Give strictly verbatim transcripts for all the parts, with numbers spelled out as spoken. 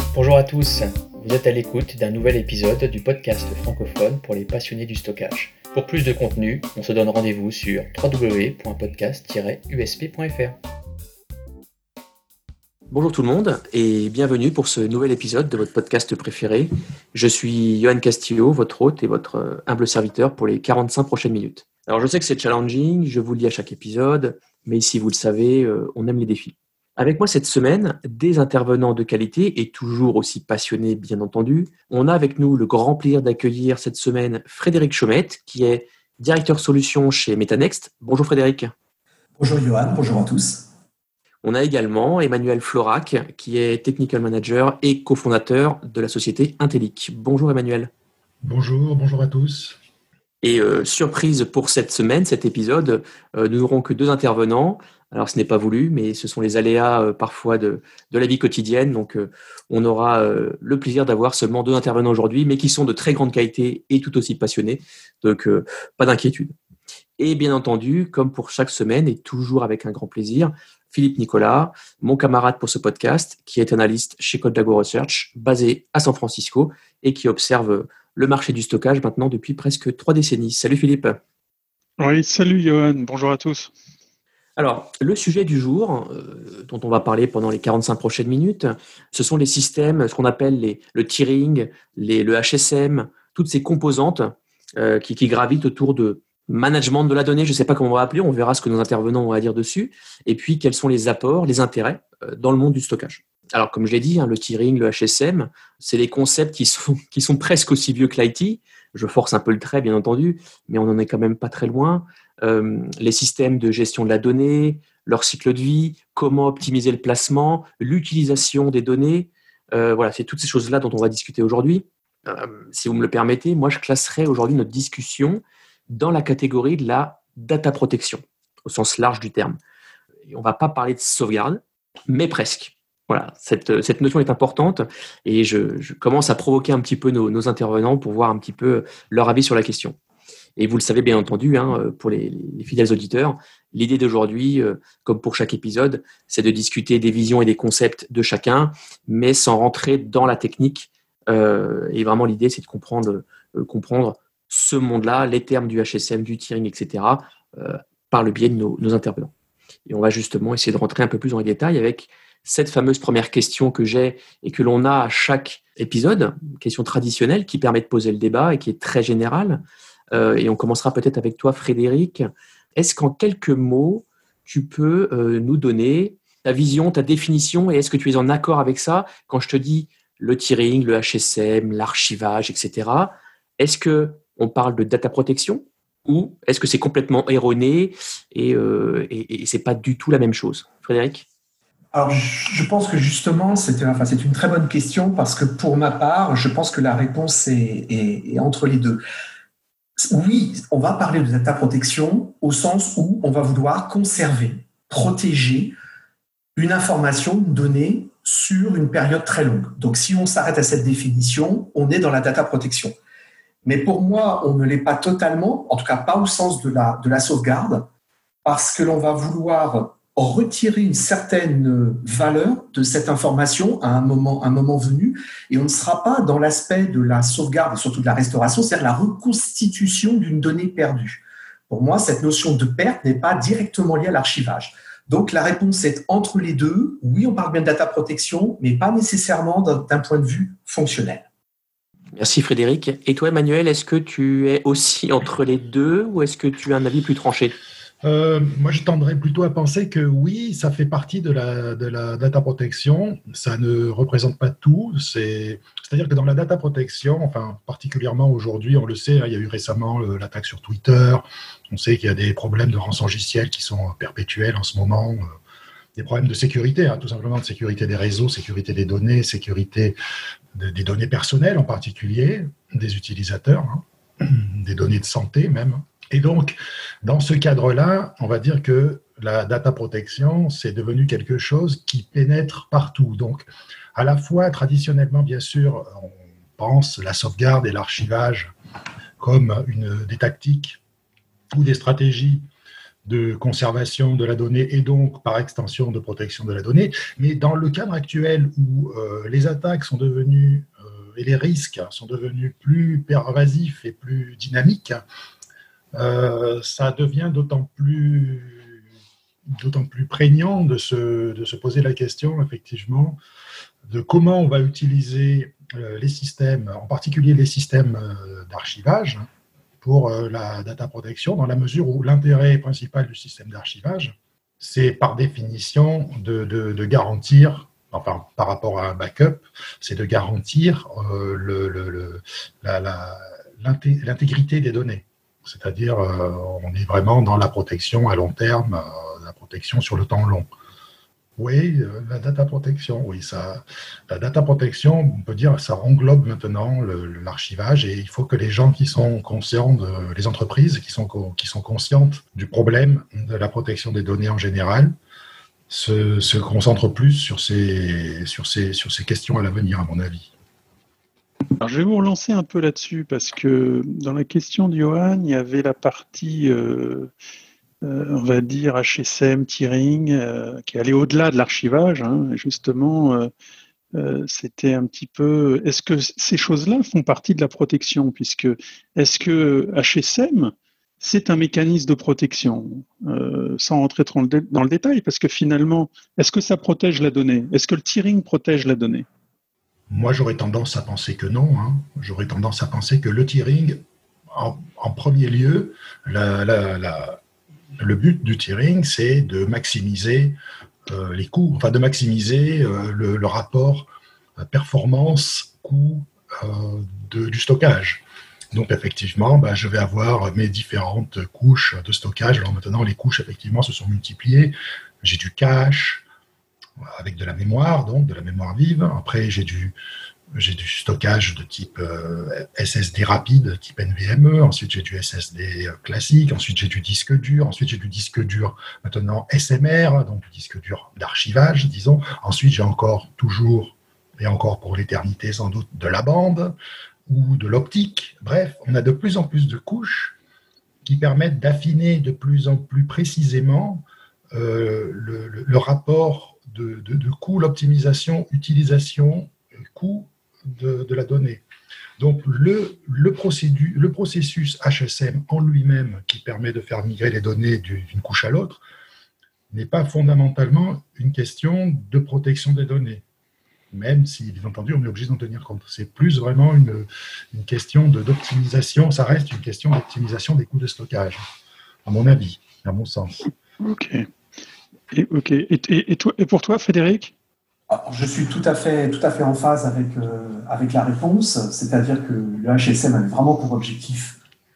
Bonjour à tous, vous êtes à l'écoute d'un nouvel épisode du podcast francophone pour les passionnés du stockage. Pour plus de contenu, on se donne rendez-vous sur w w w point podcast tiret u s p point f r. Bonjour tout le monde et bienvenue pour ce nouvel épisode de votre podcast préféré. Je suis Johan Castillo, votre hôte et votre humble serviteur pour les quarante-cinq prochaines minutes. Alors je sais que c'est challenging, je vous le dis à chaque épisode, mais ici vous le savez, on aime les défis. Avec moi cette semaine, des intervenants de qualité et toujours aussi passionnés bien entendu. On a avec nous le grand plaisir d'accueillir cette semaine Frédéric Chaumette qui est directeur solutions chez Metanext. Bonjour Frédéric. Bonjour Johan, bonjour à tous. On a également Emmanuel Florac, qui est Technical Manager et cofondateur de la société Intellic. Bonjour Emmanuel. Bonjour, bonjour à tous. Et euh, surprise pour cette semaine, cet épisode, euh, nous n'aurons que deux intervenants. Alors ce n'est pas voulu, mais ce sont les aléas euh, parfois de, de la vie quotidienne. Donc euh, on aura euh, le plaisir d'avoir seulement deux intervenants aujourd'hui, mais qui sont de très grande qualité et tout aussi passionnés. Donc euh, pas d'inquiétude. Et bien entendu, comme pour chaque semaine et toujours avec un grand plaisir, Philippe Nicolas, mon camarade pour ce podcast, qui est analyste chez Coldago Research, basé à San Francisco et qui observe le marché du stockage maintenant depuis presque trois décennies. Salut Philippe. Oui, salut Johan, bonjour à tous. Alors, le sujet du jour, euh, dont on va parler pendant les quarante-cinq prochaines minutes, ce sont les systèmes, ce qu'on appelle les, le tiering, les, le H S M, toutes ces composantes euh, qui, qui gravitent autour de management de la donnée, je ne sais pas comment on va appeler, on verra ce que nos intervenants ont à dire dessus, et puis quels sont les apports, les intérêts euh, dans le monde du stockage. Alors, comme je l'ai dit, hein, le tiering, le H S M, c'est des concepts qui sont, qui sont presque aussi vieux que l'I T. Je force un peu le trait, bien entendu, mais on n'en est quand même pas très loin. Euh, les systèmes de gestion de la donnée, leur cycle de vie, comment optimiser le placement, l'utilisation des données. Euh, voilà, c'est toutes ces choses-là dont on va discuter aujourd'hui. Euh, si vous me le permettez, moi, je classerai aujourd'hui notre discussion dans la catégorie de la data protection, au sens large du terme. Et on ne va pas parler de sauvegarde, mais presque. Voilà, cette, cette notion est importante et je, je commence à provoquer un petit peu nos, nos intervenants pour voir un petit peu leur avis sur la question. Et vous le savez bien entendu, hein, pour les, les fidèles auditeurs, l'idée d'aujourd'hui, euh, comme pour chaque épisode, c'est de discuter des visions et des concepts de chacun, mais sans rentrer dans la technique. Euh, et vraiment, l'idée, c'est de comprendre, euh, comprendre ce monde-là, les termes du H S M, du tiering, et cetera, euh, par le biais de nos, nos intervenants. Et on va justement essayer de rentrer un peu plus dans les détails avec cette fameuse première question que j'ai et que l'on a à chaque épisode, une question traditionnelle qui permet de poser le débat et qui est très générale. Euh, et on commencera peut-être avec toi, Frédéric. Est-ce qu'en quelques mots, tu peux euh, nous donner ta vision, ta définition, et est-ce que tu es en accord avec ça quand je te dis le tiering, le H S M, l'archivage, et cetera. Est-ce que on parle de data protection ou est-ce que c'est complètement erroné et, euh, et, et c'est pas du tout la même chose? Frédéric? Alors, je pense que justement, c'est enfin, c'est une très bonne question parce que pour ma part, je pense que la réponse est, est, est entre les deux. Oui, on va parler de data protection au sens où on va vouloir conserver, protéger une information, une donnée sur une période très longue. Donc, si on s'arrête à cette définition, on est dans la data protection. Mais pour moi, on ne l'est pas totalement, en tout cas pas au sens de la, de la sauvegarde, parce que l'on va vouloir retirer une certaine valeur de cette information à un moment, un moment venu, et on ne sera pas dans l'aspect de la sauvegarde et surtout de la restauration, c'est-à-dire la reconstitution d'une donnée perdue. Pour moi, cette notion de perte n'est pas directement liée à l'archivage. Donc la réponse est entre les deux. Oui, on parle bien de data protection, mais pas nécessairement d'un point de vue fonctionnel. Merci Frédéric. Et toi Emmanuel, est-ce que tu es aussi entre les deux ou est-ce que tu as un avis plus tranché? euh, Moi, je tendrais plutôt à penser que oui, ça fait partie de la, de la data protection. Ça ne représente pas tout. C'est, c'est-à-dire que dans la data protection, enfin particulièrement aujourd'hui, on le sait, hein, il y a eu récemment euh, l'attaque sur Twitter. On sait qu'il y a des problèmes de rançongiciel qui sont perpétuels en ce moment. Euh, des problèmes de sécurité, hein, tout simplement de sécurité des réseaux, sécurité des données, sécurité de, des données personnelles en particulier, des utilisateurs, hein, des données de santé même. Et donc, dans ce cadre-là, on va dire que la data protection, c'est devenu quelque chose qui pénètre partout. Donc, à la fois, traditionnellement, bien sûr, on pense la sauvegarde et l'archivage comme une, des tactiques ou des stratégies de conservation de la donnée et donc par extension de protection de la donnée. Mais dans le cadre actuel où euh, les attaques sont devenues euh, et les risques sont devenus plus pervasifs et plus dynamiques, euh, ça devient d'autant plus, d'autant plus prégnant de se, de se poser la question, effectivement, de comment on va utiliser euh, les systèmes, en particulier les systèmes euh, d'archivage, pour euh, la data protection, dans la mesure où l'intérêt principal du système d'archivage, c'est par définition de, de, de garantir, enfin par rapport à un backup, c'est de garantir euh, le, le, le, la, la, l'intégrité des données. C'est-à-dire, euh, on est vraiment dans la protection à long terme, euh, la protection sur le temps long. Oui, la data protection, oui, ça, la data protection, on peut dire, ça englobe maintenant le, l'archivage et il faut que les gens qui sont conscients, de, les entreprises qui sont, qui sont conscientes du problème de la protection des données en général, se, se concentrent plus sur ces, sur, ces, sur ces questions à l'avenir, à mon avis. Alors, je vais vous relancer un peu là-dessus parce que dans la question de Johan, il y avait la partie... Euh, Euh, on va dire H S M, tiering, euh, qui allait au-delà de l'archivage. Hein, justement, euh, euh, c'était un petit peu... Est-ce que ces choses-là font partie de la protection, puisque est-ce que H S M, c'est un mécanisme de protection, euh, sans rentrer trop dans le détail, parce que finalement, est-ce que ça protège la donnée? Est-ce que le tiering protège la donnée? Moi, j'aurais tendance à penser que non. Hein. J'aurais tendance à penser que le tiering, en, en premier lieu, la... la, la le but du tiering, c'est de maximiser euh, les coûts, enfin de maximiser euh, le, le rapport euh, performance-coût euh, de, du stockage. Donc effectivement, bah, je vais avoir mes différentes couches de stockage. Alors maintenant, les couches effectivement se sont multipliées. J'ai du cache avec de la mémoire, donc de la mémoire vive. Après, j'ai du J'ai du stockage de type euh, S S D rapide, type N V M E. Ensuite, j'ai du S S D classique. Ensuite, j'ai du disque dur. Ensuite, j'ai du disque dur maintenant S M R, donc du disque dur d'archivage, disons. Ensuite, j'ai encore toujours, et encore pour l'éternité sans doute, de la bande ou de l'optique. Bref, on a de plus en plus de couches qui permettent d'affiner de plus en plus précisément euh, le, le, le rapport de, de, de coût, l'optimisation, utilisation, coût De, de la donnée. Donc, le, le, procédu, le processus H S M en lui-même, qui permet de faire migrer les données d'une couche à l'autre, n'est pas fondamentalement une question de protection des données. Même si, bien entendu, on est obligé d'en tenir compte. C'est plus vraiment une, une question d'optimisation, ça reste une question d'optimisation des coûts de stockage, à mon avis, à mon sens. Ok. Et, okay. et, et, et, toi, et pour toi, Frédéric ? Alors, je suis tout à fait, tout à fait en phase avec, euh, avec la réponse, c'est-à-dire que le H S M avait vraiment pour objectif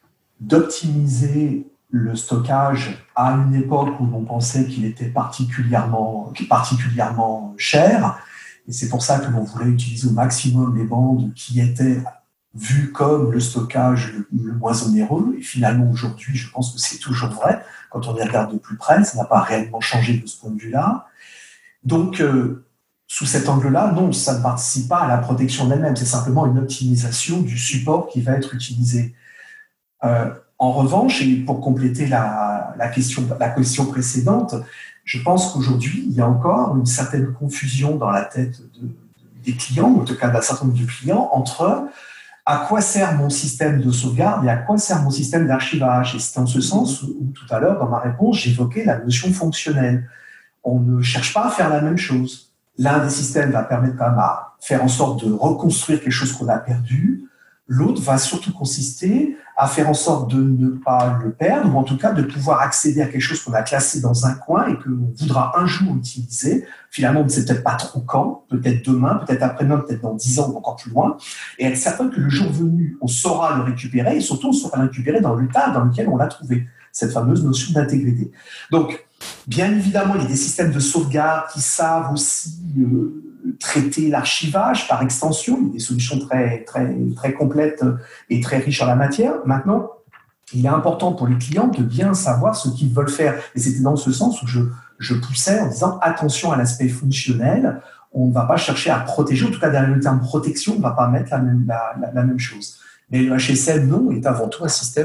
d'optimiser le stockage à une époque où l'on pensait qu'il était particulièrement, particulièrement cher, et c'est pour ça que l'on voulait utiliser au maximum les bandes qui étaient vues comme le stockage le, le moins onéreux, et finalement aujourd'hui, je pense que c'est toujours vrai, quand on y regarde de plus près, ça n'a pas réellement changé de ce point de vue-là. Donc, euh, sous cet angle-là, non, ça ne participe pas à la protection d'elle-même, c'est simplement une optimisation du support qui va être utilisé. Euh, en revanche, et pour compléter la, la, question, la question précédente, je pense qu'aujourd'hui, il y a encore une certaine confusion dans la tête de, de, des clients, ou en tout cas d'un certain nombre de clients, entre à quoi sert mon système de sauvegarde et à quoi sert mon système d'archivage. Et c'est en ce sens où, tout à l'heure, dans ma réponse, j'évoquais la notion fonctionnelle. On ne cherche pas à faire la même chose. L'un des systèmes va permettre quand même à faire en sorte de reconstruire quelque chose qu'on a perdu. L'autre va surtout consister à faire en sorte de ne pas le perdre, ou en tout cas de pouvoir accéder à quelque chose qu'on a classé dans un coin et que l'on voudra un jour utiliser. Finalement, on ne sait peut-être pas trop quand, peut-être demain, peut-être après-demain, peut-être dans dix ans ou encore plus loin, et être certain que le jour venu, on saura le récupérer et surtout on saura le récupérer dans l'état dans lequel on l'a trouvé, cette fameuse notion d'intégrité. Donc, bien évidemment, il y a des systèmes de sauvegarde qui savent aussi euh, traiter l'archivage par extension. Il y a des solutions très, très, très complètes et très riches en la matière. Maintenant, il est important pour les clients de bien savoir ce qu'ils veulent faire. Et c'était dans ce sens où je, je poussais en disant attention à l'aspect fonctionnel. On ne va pas chercher à protéger, en tout cas derrière le terme protection, on ne va pas mettre la même, la, la, la même chose. Mais le H S M, non, est avant tout un système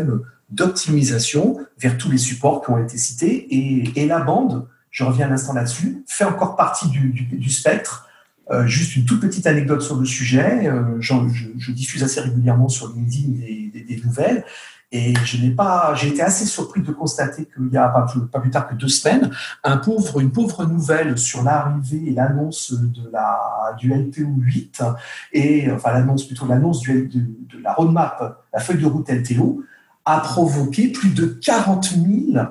d'optimisation vers tous les supports qui ont été cités. Et, et la bande, je reviens un instant là-dessus, fait encore partie du, du, du spectre. Euh, juste une toute petite anecdote sur le sujet. Euh, je, je diffuse assez régulièrement sur LinkedIn des, des, des nouvelles. Et je n'ai pas, j'ai été assez surpris de constater qu'il y a pas plus, pas plus tard que deux semaines, un pauvre, une pauvre nouvelle sur l'arrivée et l'annonce de la, du L T O huit, et, enfin, l'annonce, plutôt l'annonce du, de, de la roadmap, la feuille de route L T O, a provoqué plus de quarante mille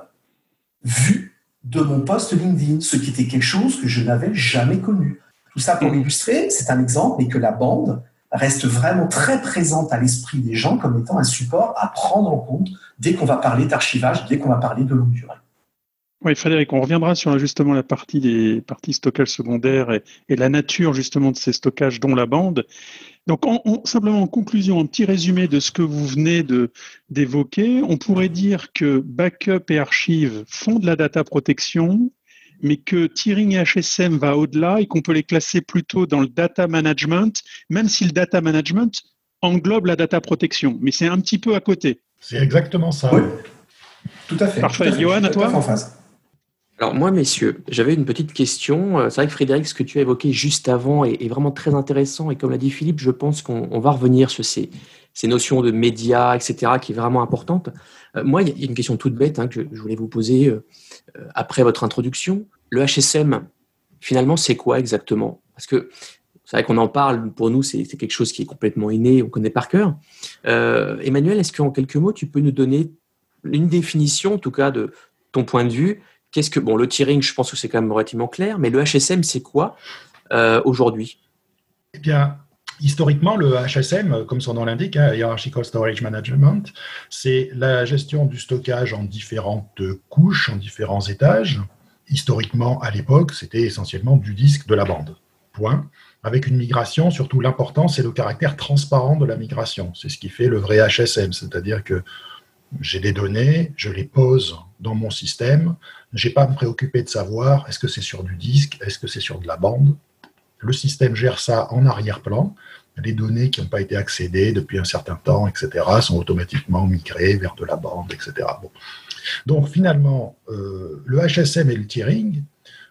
vues de mon post LinkedIn, ce qui était quelque chose que je n'avais jamais connu. Tout ça pour illustrer, c'est un exemple, mais que la bande reste vraiment très présente à l'esprit des gens comme étant un support à prendre en compte dès qu'on va parler d'archivage, dès qu'on va parler de longue durée. Oui, Frédéric, on reviendra sur justement la partie des parties stockage secondaire et, et la nature justement de ces stockages, dont la bande. Donc, on, on, simplement en conclusion, un petit résumé de ce que vous venez de, d'évoquer. On pourrait dire que backup et archive font de la data protection, mais que tiering et H S M va au-delà et qu'on peut les classer plutôt dans le data management, même si le data management englobe la data protection. Mais c'est un petit peu à côté. C'est exactement ça. Oui, tout à fait. Parfait. Johan, à toi ? En phase. Alors moi, messieurs, j'avais une petite question. C'est vrai que Frédéric, ce que tu as évoqué juste avant est, est vraiment très intéressant. Et comme l'a dit Philippe, je pense qu'on on va revenir sur ces, ces notions de médias, et cetera, qui est vraiment importante. Euh, moi, il y a une question toute bête hein, que je voulais vous poser euh, après votre introduction. Le H S M, finalement, c'est quoi exactement ? Parce que c'est vrai qu'on en parle, pour nous, c'est, c'est quelque chose qui est complètement inné, on connaît par cœur. Euh, Emmanuel, est-ce qu'en quelques mots, tu peux nous donner une définition, en tout cas, de ton point de vue ? Qu'est-ce que, bon, le tiering, je pense que c'est quand même relativement clair, mais le H S M, c'est quoi euh, aujourd'hui ? Eh bien, historiquement, le H S M, comme son nom l'indique, hein, Hierarchical Storage Management, c'est la gestion du stockage en différentes couches, en différents étages. Historiquement, à l'époque, c'était essentiellement du disque, de la bande. Point. Avec une migration, surtout l'important, c'est le caractère transparent de la migration. C'est ce qui fait le vrai H S M, c'est-à-dire que j'ai des données, je les pose dans mon système, je n'ai pas à me préoccuper de savoir est-ce que c'est sur du disque, est-ce que c'est sur de la bande. Le système gère ça en arrière-plan. Les données qui n'ont pas été accédées depuis un certain temps, et cetera, sont automatiquement migrées vers de la bande, et cetera. Bon. Donc finalement, euh, le H S M et le tiering,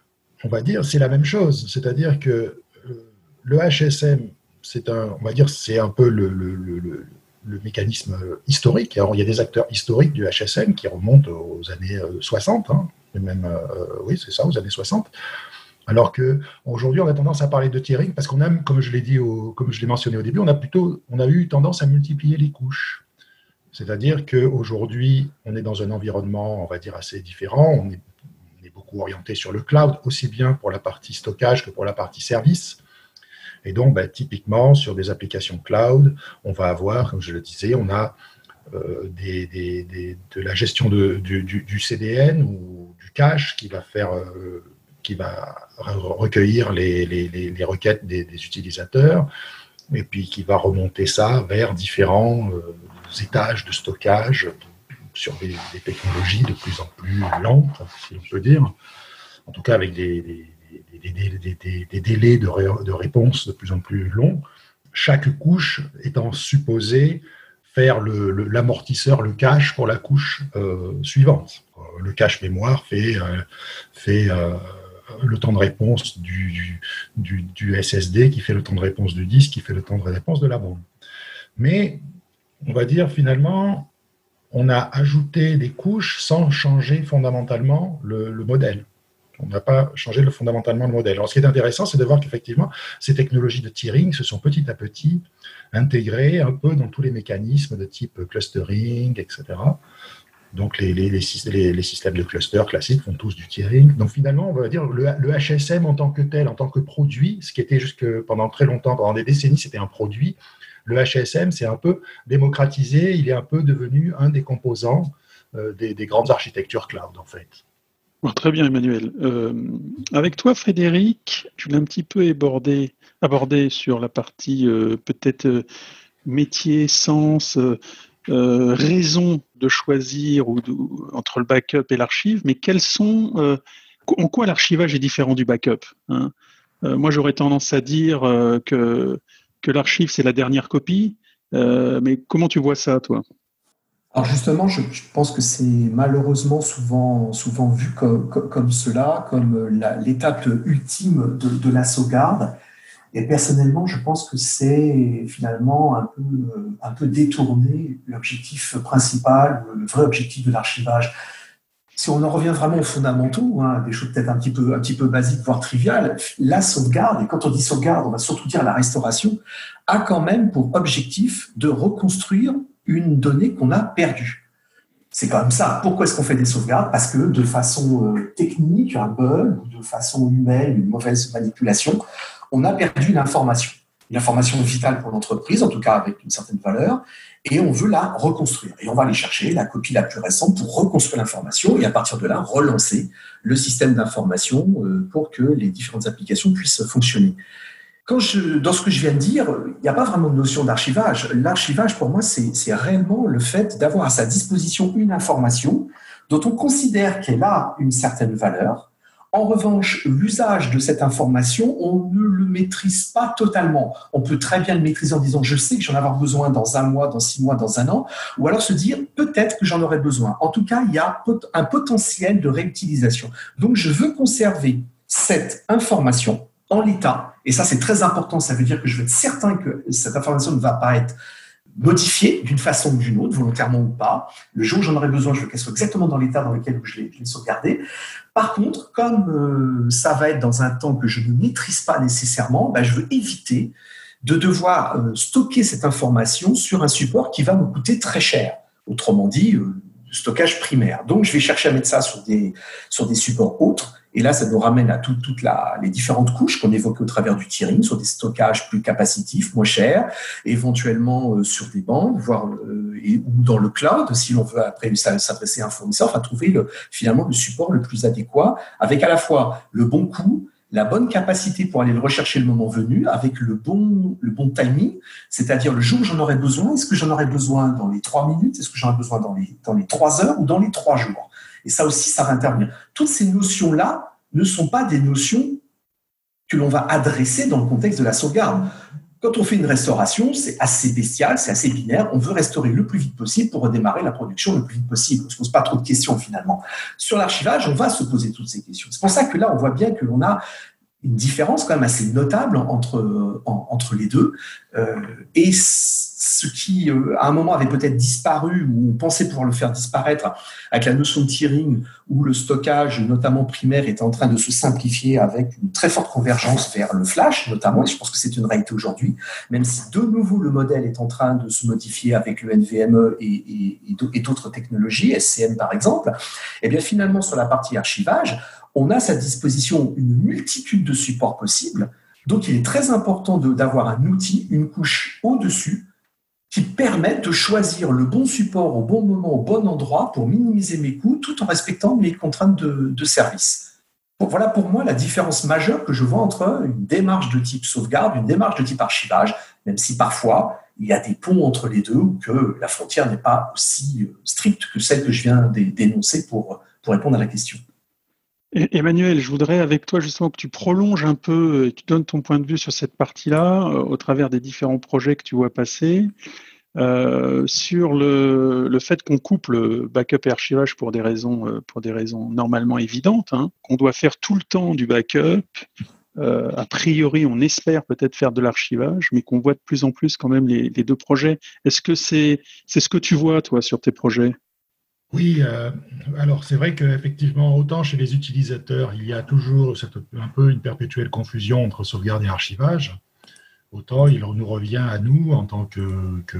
on va dire, c'est la même chose. C'est-à-dire que euh, le H S M, c'est un, on va dire, c'est un peu le, le, le, le le mécanisme historique. Alors, il y a des acteurs historiques du H S M qui remontent aux années soixante, hein, et même, euh, oui, c'est ça, aux années soixante. Alors qu'aujourd'hui, on a tendance à parler de tiering parce qu'on aime, comme je l'ai dit, au, comme je l'ai mentionné au début, on a plutôt, on a eu tendance à multiplier les couches. C'est-à-dire qu'aujourd'hui, on est dans un environnement, on va dire, assez différent. On est, on est beaucoup orienté sur le cloud, aussi bien pour la partie stockage que pour la partie service. Et donc, bah, typiquement, sur des applications cloud, on va avoir, comme je le disais, on a euh, des, des, des, de la gestion de, du, du, du C D N ou du cache qui va, faire, euh, qui va recueillir les, les, les requêtes des, des utilisateurs et puis qui va remonter ça vers différents euh, étages de stockage sur des, des technologies de plus en plus lentes, si on peut dire, en tout cas avec des, des Des, des, des, des délais de, ré, de réponse de plus en plus longs, chaque couche étant supposée faire le, le, l'amortisseur, le cache pour la couche euh, suivante. Le cache mémoire fait, euh, fait euh, le temps de réponse du, du, du S S D, qui fait le temps de réponse du disque, qui fait le temps de réponse de la bande. Mais, on va dire finalement, on a ajouté des couches sans changer fondamentalement le, le modèle. On n'a pas changé le, fondamentalement le modèle. Alors, ce qui est intéressant, c'est de voir qu'effectivement, ces technologies de tiering se sont petit à petit intégrées un peu dans tous les mécanismes de type clustering, et cetera. Donc, les, les, les, les systèmes de cluster classiques font tous du tiering. Donc, finalement, on va dire le, le H S M en tant que tel, en tant que produit, ce qui était jusque pendant très longtemps, pendant des décennies, c'était un produit. Le H S M, c'est un peu démocratisé. Il est un peu devenu un des composants euh, des, des grandes architectures cloud, en fait. Bon, très bien, Emmanuel. Euh, avec toi, Frédéric, tu l'as un petit peu abordé, abordé sur la partie euh, peut-être euh, métier, sens, euh, euh, raison de choisir ou de, entre le backup et l'archive, mais quels sont, euh, en quoi l'archivage est différent du backup, hein ? euh, Moi, j'aurais tendance à dire euh, que, que l'archive, c'est la dernière copie, euh, mais comment tu vois ça, toi ? Alors justement, je, je pense que c'est malheureusement souvent, souvent vu comme, comme, comme cela, comme la, l'étape ultime de, de la sauvegarde. Et personnellement, je pense que c'est finalement un peu, un peu détourné l'objectif principal, le vrai objectif de l'archivage. Si on en revient vraiment aux fondamentaux, hein, des choses peut-être un petit peu, un petit peu basiques, voire triviales, la sauvegarde, et quand on dit sauvegarde, on va surtout dire la restauration, a quand même pour objectif de reconstruire une donnée qu'on a perdue. C'est quand même ça. Pourquoi est-ce qu'on fait des sauvegardes ? Parce que de façon euh, technique, un bug, ou de façon humaine, une mauvaise manipulation, on a perdu l'information. Une information vitale pour l'entreprise, en tout cas avec une certaine valeur, et on veut la reconstruire. Et on va aller chercher la copie la plus récente pour reconstruire l'information et à partir de là, relancer le système d'information euh, pour que les différentes applications puissent fonctionner. Quand je, dans ce que je viens de dire, il n'y a pas vraiment de notion d'archivage. L'archivage, pour moi, c'est, c'est réellement le fait d'avoir à sa disposition une information dont on considère qu'elle a une certaine valeur. En revanche, l'usage de cette information, on ne le maîtrise pas totalement. On peut très bien le maîtriser en disant « je sais que j'en vais avoir besoin dans un mois, dans six mois, dans un an », ou alors se dire « peut-être que j'en aurai besoin ». En tout cas, il y a un potentiel de réutilisation. Donc, je veux conserver cette information en l'état, et ça c'est très important, ça veut dire que je veux être certain que cette information ne va pas être modifiée d'une façon ou d'une autre, volontairement ou pas. Le jour où j'en aurai besoin, je veux qu'elle soit exactement dans l'état dans lequel je l'ai, je l'ai sauvegardée. Par contre, comme euh, ça va être dans un temps que je ne maîtrise pas nécessairement, ben, je veux éviter de devoir euh, stocker cette information sur un support qui va me coûter très cher. Autrement dit, euh, stockage primaire. Donc, je vais chercher à mettre ça sur des, sur des supports autres. Et là, ça nous ramène à toutes tout les différentes couches qu'on évoquait au travers du tiering, sur des stockages plus capacitifs, moins chers, éventuellement euh, sur des bandes, voire euh, et, ou dans le cloud, si l'on veut après s'adresser à un fournisseur, enfin trouver le, finalement le support le plus adéquat, avec à la fois le bon coût, la bonne capacité pour aller le rechercher le moment venu, avec le bon, le bon timing, c'est-à-dire le jour où j'en aurai besoin, est-ce que j'en aurai besoin dans les trois minutes, est-ce que j'en aurai besoin dans les, dans les trois heures ou dans les trois jours ? Et ça aussi, ça va intervenir. Toutes ces notions-là ne sont pas des notions que l'on va adresser dans le contexte de la sauvegarde. Quand on fait une restauration, c'est assez bestial, c'est assez binaire. On veut restaurer le plus vite possible pour redémarrer la production le plus vite possible. On ne se pose pas trop de questions finalement. Sur l'archivage, on va se poser toutes ces questions. C'est pour ça que là, on voit bien que l'on a une différence quand même assez notable entre, en, entre les deux. Euh, et ce qui, euh, à un moment, avait peut-être disparu, ou on pensait pouvoir le faire disparaître avec la notion de tiering, où le stockage, notamment primaire, est en train de se simplifier avec une très forte convergence vers le flash, notamment, et je pense que c'est une réalité aujourd'hui, même si de nouveau le modèle est en train de se modifier avec le N V M E et, et, et d'autres technologies, S C M par exemple. Et bien finalement, sur la partie archivage, on a à sa disposition une multitude de supports possibles. Donc, il est très important de, d'avoir un outil, une couche au-dessus, qui permettent de choisir le bon support au bon moment, au bon endroit pour minimiser mes coûts tout en respectant mes contraintes de, de service. Bon, voilà pour moi la différence majeure que je vois entre une démarche de type sauvegarde, une démarche de type archivage, même si parfois il y a des ponts entre les deux ou que la frontière n'est pas aussi stricte que celle que je viens d'énoncer pour, pour répondre à la question. Emmanuel, je voudrais avec toi justement que tu prolonges un peu et que tu donnes ton point de vue sur cette partie-là euh, au travers des différents projets que tu vois passer, euh, sur le, le fait qu'on couple backup et archivage pour des raisons, euh, pour des raisons normalement évidentes, hein, qu'on doit faire tout le temps du backup. Euh, a priori, on espère peut-être faire de l'archivage, mais qu'on voit de plus en plus quand même les, les deux projets. Est-ce que c'est, c'est ce que tu vois, toi, sur tes projets ? Oui, euh, alors c'est vrai qu'effectivement, autant chez les utilisateurs, il y a toujours cette, un peu une perpétuelle confusion entre sauvegarde et archivage, autant il nous revient à nous, en tant que, que,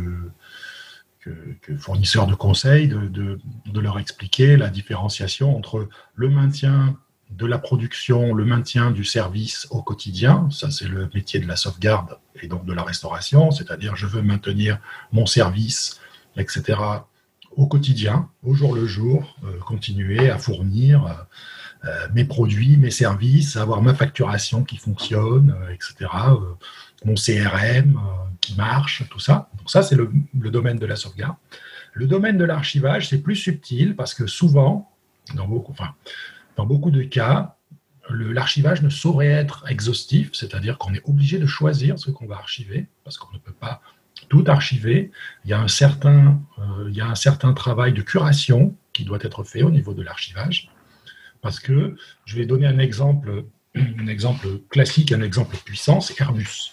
que, que fournisseurs de conseils, de, de, de leur expliquer la différenciation entre le maintien de la production, le maintien du service au quotidien, ça c'est le métier de la sauvegarde et donc de la restauration, c'est-à-dire je veux maintenir mon service, et cetera, au quotidien, au jour le jour, euh, continuer à fournir euh, mes produits, mes services, avoir ma facturation qui fonctionne, euh, et cetera, euh, mon C R M euh, qui marche, tout ça. Donc ça, c'est le, le domaine de la sauvegarde. Le domaine de l'archivage, c'est plus subtil parce que souvent, dans beaucoup, enfin, dans beaucoup de cas, le, l'archivage ne saurait être exhaustif, c'est-à-dire qu'on est obligé de choisir ce qu'on va archiver parce qu'on ne peut pas tout archivé. Il y a un certain, euh, il y a un certain travail de curation qui doit être fait au niveau de l'archivage. Parce que je vais donner un exemple, un exemple classique, un exemple puissant, c'est Airbus.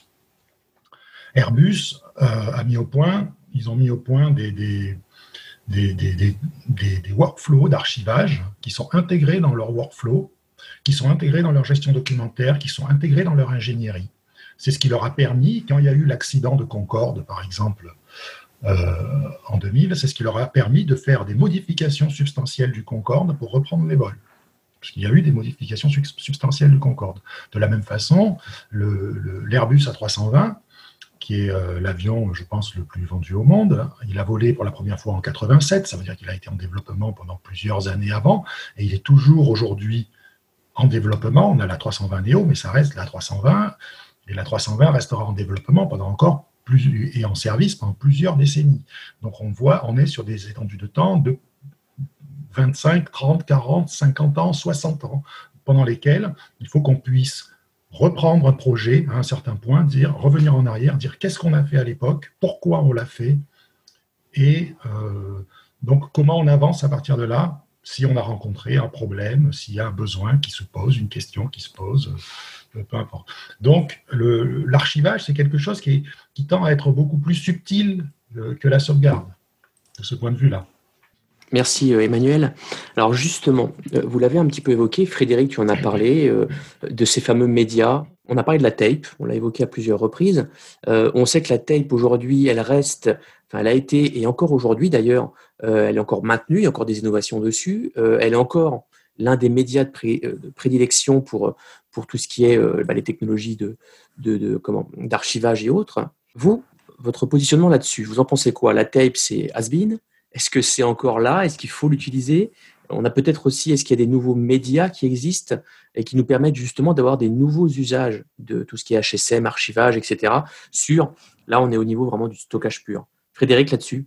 Airbus euh, a mis au point, ils ont mis au point des, des, des, des, des, des, des workflows d'archivage qui sont intégrés dans leur workflow, qui sont intégrés dans leur gestion documentaire, qui sont intégrés dans leur ingénierie. C'est ce qui leur a permis, quand il y a eu l'accident de Concorde, par exemple, euh, en deux mille, c'est ce qui leur a permis de faire des modifications substantielles du Concorde pour reprendre les vols. Parce qu'il y a eu des modifications substantielles du Concorde. De la même façon, le, le, l'Airbus A trois cent vingt, qui est euh, l'avion, je pense, le plus vendu au monde, il a volé pour la première fois en quatre-vingt-sept, ça veut dire qu'il a été en développement pendant plusieurs années avant, et il est toujours aujourd'hui en développement. On a l'A trois cent vingt Neo, mais ça reste l'A trois cent vingt, et l'A trois cent vingt restera en développement pendant encore plus, et en service pendant plusieurs décennies. Donc on voit, on est sur des étendues de temps de vingt-cinq, trente, quarante, cinquante ans, soixante ans, pendant lesquels il faut qu'on puisse reprendre un projet à un certain point, dire, revenir en arrière, dire qu'est-ce qu'on a fait à l'époque, pourquoi on l'a fait, et euh, donc comment on avance à partir de là, si on a rencontré un problème, s'il y a un besoin qui se pose, une question qui se pose, euh, peu importe. Donc le, l'archivage, c'est quelque chose qui, est, qui tend à être beaucoup plus subtil euh, que la sauvegarde, de ce point de vue-là. Merci Emmanuel. Alors justement, vous l'avez un petit peu évoqué, Frédéric, tu en as parlé, euh, de ces fameux médias. On a parlé de la tape, on l'a évoqué à plusieurs reprises. Euh, on sait que la tape aujourd'hui, elle reste, enfin elle a été, et encore aujourd'hui d'ailleurs, euh, elle est encore maintenue, il y a encore des innovations dessus. Euh, elle est encore l'un des médias de, pré, de prédilection pour, pour tout ce qui est euh, bah, les technologies de, de, de, comment, d'archivage et autres. Vous, votre positionnement là-dessus, vous en pensez quoi? La tape, c'est has-been? Est-ce que c'est encore là? Est-ce qu'il faut l'utiliser? On a peut-être aussi, est-ce qu'il y a des nouveaux médias qui existent et qui nous permettent justement d'avoir des nouveaux usages de tout ce qui est H S M, archivage, et cetera. Sur, là, on est au niveau vraiment du stockage pur. Frédéric, là-dessus?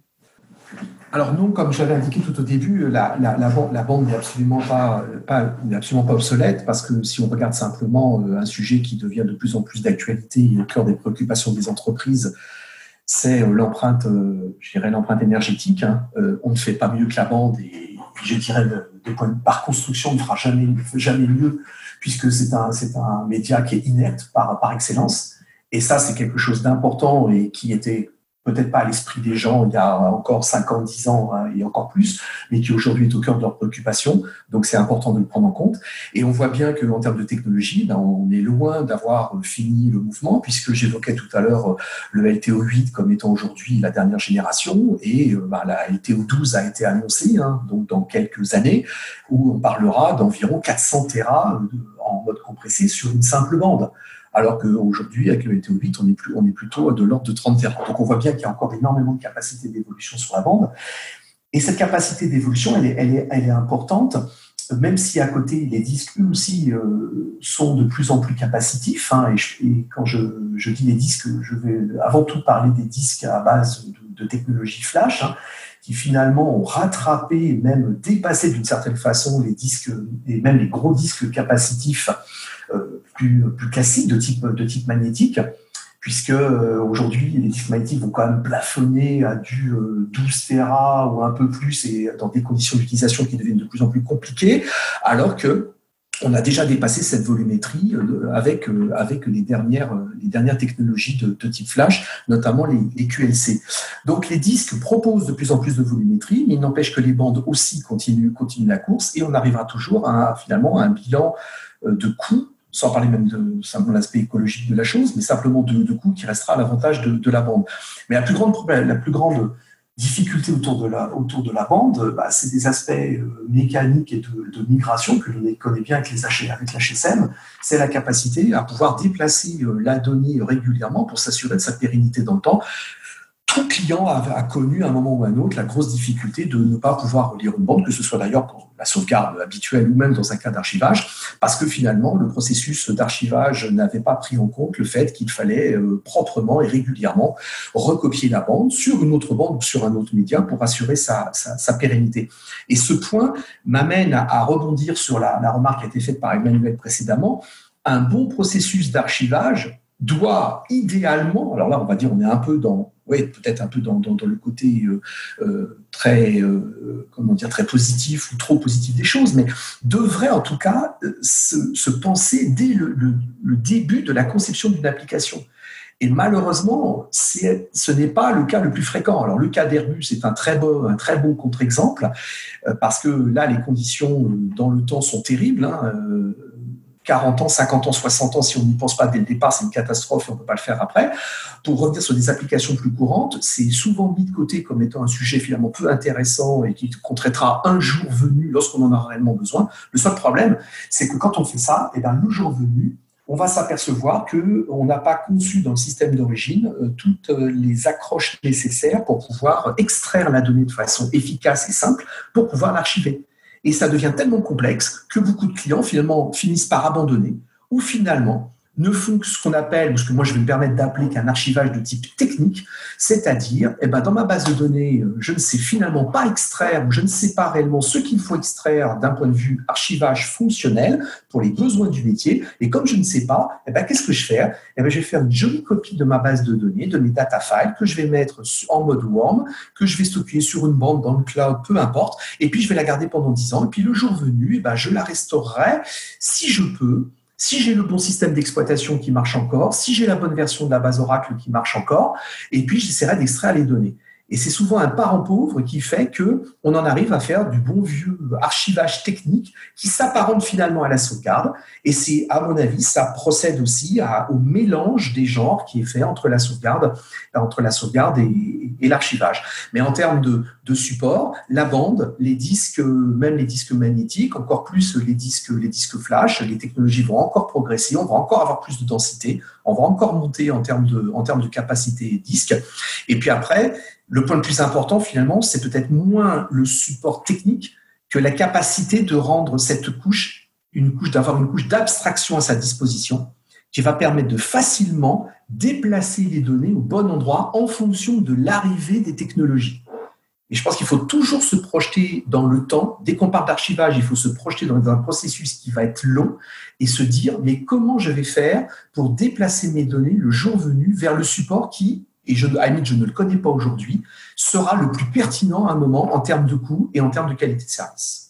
Alors non, comme je l'avais indiqué tout au début, la, la, la, la bande n'est absolument pas, pas, n'est absolument pas obsolète, parce que si on regarde simplement un sujet qui devient de plus en plus d'actualité et au cœur des préoccupations des entreprises, c'est l'empreinte, je dirais l'empreinte énergétique. Hein. On ne fait pas mieux que la bande et je dirais de point de, par construction, on ne fera jamais, jamais mieux puisque c'est un, c'est un média qui est inerte par, par excellence. Et ça, c'est quelque chose d'important et qui était peut-être pas à l'esprit des gens il y a encore cinq ans, dix ans hein, et encore plus, mais qui aujourd'hui est au cœur de leurs préoccupations. Donc, c'est important de le prendre en compte. Et on voit bien qu'en termes de technologie, ben, on est loin d'avoir fini le mouvement, puisque j'évoquais tout à l'heure le L T O huit comme étant aujourd'hui la dernière génération, et ben, la L T O douze a été annoncée, hein, donc dans quelques années, où on parlera d'environ quatre cents téras en mode compressé sur une simple bande. Alors qu'aujourd'hui, avec le L T O huit, on est, plus, on est plutôt de l'ordre de trente téras. Donc on voit bien qu'il y a encore énormément de capacité d'évolution sur la bande. Et cette capacité d'évolution, elle est, elle est, elle est importante, même si à côté, les disques, eux aussi, euh, sont de plus en plus capacitifs. Hein, et, je, et quand je, je dis les disques, je vais avant tout parler des disques à base de, de technologie flash, hein, qui finalement ont rattrapé, même dépassé d'une certaine façon les disques, et même les gros disques capacitifs euh, plus, plus classiques de type, de type magnétique, puisque euh, aujourd'hui, les disques magnétiques vont quand même plafonner à du euh, douze téras ou un peu plus, et dans des conditions d'utilisation qui deviennent de plus en plus compliquées, alors que on a déjà dépassé cette volumétrie euh, avec, euh, avec les, dernières, euh, les dernières technologies de, de type flash, notamment les, les Q L C. Donc les disques proposent de plus en plus de volumétrie, mais il n'empêche que les bandes aussi continuent, continuent la course, et on arrivera toujours à, finalement à un bilan euh, de coût, sans parler même de simplement l'aspect écologique de la chose, mais simplement de, de coût qui restera à l'avantage de, de la bande. Mais la plus grande, la plus grande difficulté autour de la, autour de la bande, bah, c'est des aspects euh, mécaniques et de, de migration que l'on connaît bien avec, les H, avec l'H S M. C'est la capacité à pouvoir déplacer euh, la donnée régulièrement pour s'assurer de sa pérennité dans le temps. Tout client a, a connu à un moment ou à un autre la grosse difficulté de ne pas pouvoir relire une bande, que ce soit d'ailleurs pour la sauvegarde habituelle ou même dans un cas d'archivage, parce que finalement, le processus d'archivage n'avait pas pris en compte le fait qu'il fallait euh, proprement et régulièrement recopier la bande sur une autre bande ou sur un autre média pour assurer sa, sa, sa pérennité. Et ce point m'amène à, à rebondir sur la, la remarque qui a été faite par Emmanuel précédemment. Un bon processus d'archivage doit idéalement, alors là on va dire on est un peu dans oui, peut-être un peu dans, dans, dans le côté euh, euh, très, euh, comment dire, très positif ou trop positif des choses, mais devrait en tout cas euh, se, se penser dès le, le, le début de la conception d'une application. Et malheureusement, c'est, ce n'est pas le cas le plus fréquent. Alors, le cas d'Airbus est un très bon, un très bon contre-exemple, euh, parce que là, les conditions dans le temps sont terribles. Hein, euh, quarante ans, cinquante ans, soixante ans, si on n'y pense pas dès le départ, c'est une catastrophe et on ne peut pas le faire après. Pour revenir sur des applications plus courantes, c'est souvent mis de côté comme étant un sujet finalement peu intéressant et qu'on traitera un jour venu lorsqu'on en a réellement besoin. Le seul problème, c'est que quand on fait ça, eh bien, le jour venu, on va s'apercevoir qu'on n'a pas conçu dans le système d'origine euh, toutes les accroches nécessaires pour pouvoir extraire la donnée de façon efficace et simple pour pouvoir l'archiver. Et ça devient tellement complexe que beaucoup de clients finalement finissent par abandonner ou finalement ne font que ce qu'on appelle, ou ce que moi je vais me permettre d'appeler qu'un archivage de type technique, c'est-à-dire, eh ben, dans ma base de données, je ne sais finalement pas extraire ou je ne sais pas réellement ce qu'il faut extraire d'un point de vue archivage fonctionnel pour les besoins du métier. Et comme je ne sais pas, eh ben, qu'est-ce que je fais ? Eh ben, je vais faire une jolie copie de ma base de données, de mes data files que je vais mettre en mode warm, que je vais stocker sur une bande dans le cloud, peu importe, et puis je vais la garder pendant dix ans. Et puis le jour venu, eh ben, je la restaurerai si je peux. Si j'ai le bon système d'exploitation qui marche encore, si j'ai la bonne version de la base Oracle qui marche encore, et puis j'essaierai d'extraire les données. Et c'est souvent un parent pauvre qui fait qu'on en arrive à faire du bon vieux archivage technique qui s'apparente finalement à la sauvegarde. Et c'est, à mon avis, ça procède aussi à, au mélange des genres qui est fait entre la sauvegarde, entre la sauvegarde et, et l'archivage. Mais en termes de, de support, la bande, les disques, même les disques magnétiques, encore plus les disques, les disques flash, les technologies vont encore progresser, on va encore avoir plus de densité, on va encore monter en termes de, en termes de capacité disque. Et puis après, le point le plus important, finalement, c'est peut-être moins le support technique que la capacité de rendre cette couche, une couche, d'avoir une couche d'abstraction à sa disposition qui va permettre de facilement déplacer les données au bon endroit en fonction de l'arrivée des technologies. Et je pense qu'il faut toujours se projeter dans le temps. Dès qu'on parle d'archivage, il faut se projeter dans un processus qui va être long et se dire, mais comment je vais faire pour déplacer mes données le jour venu vers le support qui, et je, à la limite, je ne le connais pas aujourd'hui, sera le plus pertinent à un moment en termes de coût et en termes de qualité de service.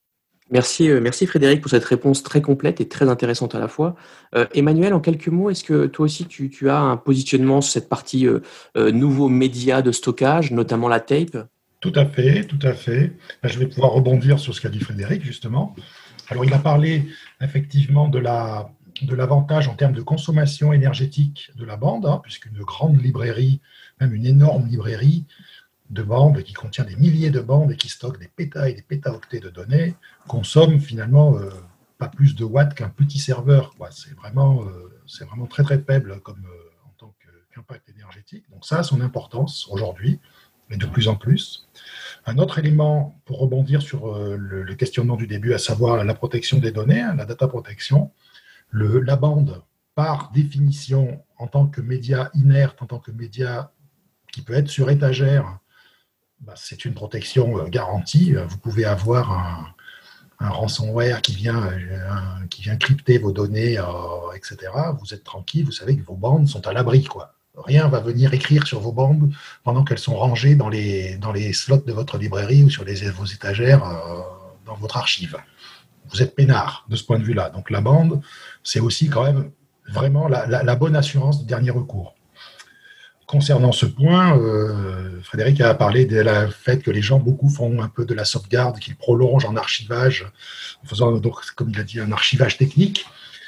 Merci, euh, merci Frédéric pour cette réponse très complète et très intéressante à la fois. Euh, Emmanuel, en quelques mots, est-ce que toi aussi tu, tu as un positionnement sur cette partie euh, euh, nouveaux médias de stockage, notamment la tape ? Tout à fait, tout à fait. Je vais pouvoir rebondir sur ce qu'a dit Frédéric, justement. Alors, il a parlé effectivement de la, de l'avantage en termes de consommation énergétique de la bande, hein, puisqu'une grande librairie, même une énorme librairie de bandes qui contient des milliers de bandes et qui stocke des pétas et des pétaoctets de données, consomme finalement euh, pas plus de watts qu'un petit serveur, quoi. C'est vraiment, euh, c'est vraiment très très faible comme, euh, en tant qu'impact énergétique. Donc ça a son importance aujourd'hui, et de plus en plus. Un autre élément pour rebondir sur euh, le, le questionnement du début, à savoir la protection des données, hein, la data protection, le, la bande, par définition, en tant que média inerte, en tant que média qui peut être sur étagère, bah, c'est une protection euh, garantie. Vous pouvez avoir un, un ransomware qui vient, euh, un, qui vient crypter vos données, euh, et cetera. Vous êtes tranquille, vous savez que vos bandes sont à l'abri, quoi. Rien ne va venir écrire sur vos bandes pendant qu'elles sont rangées dans les, dans les slots de votre librairie ou sur les, vos étagères euh, dans votre archive. Vous êtes peinard de ce point de vue-là. Donc la bande, c'est aussi quand même vraiment la, la, la bonne assurance de dernier recours. Concernant ce point, euh, Frédéric a parlé de la fait que les gens, beaucoup font un peu de la sauvegarde, qu'ils prolongent en archivage, en faisant donc, comme il a dit, un archivage technique.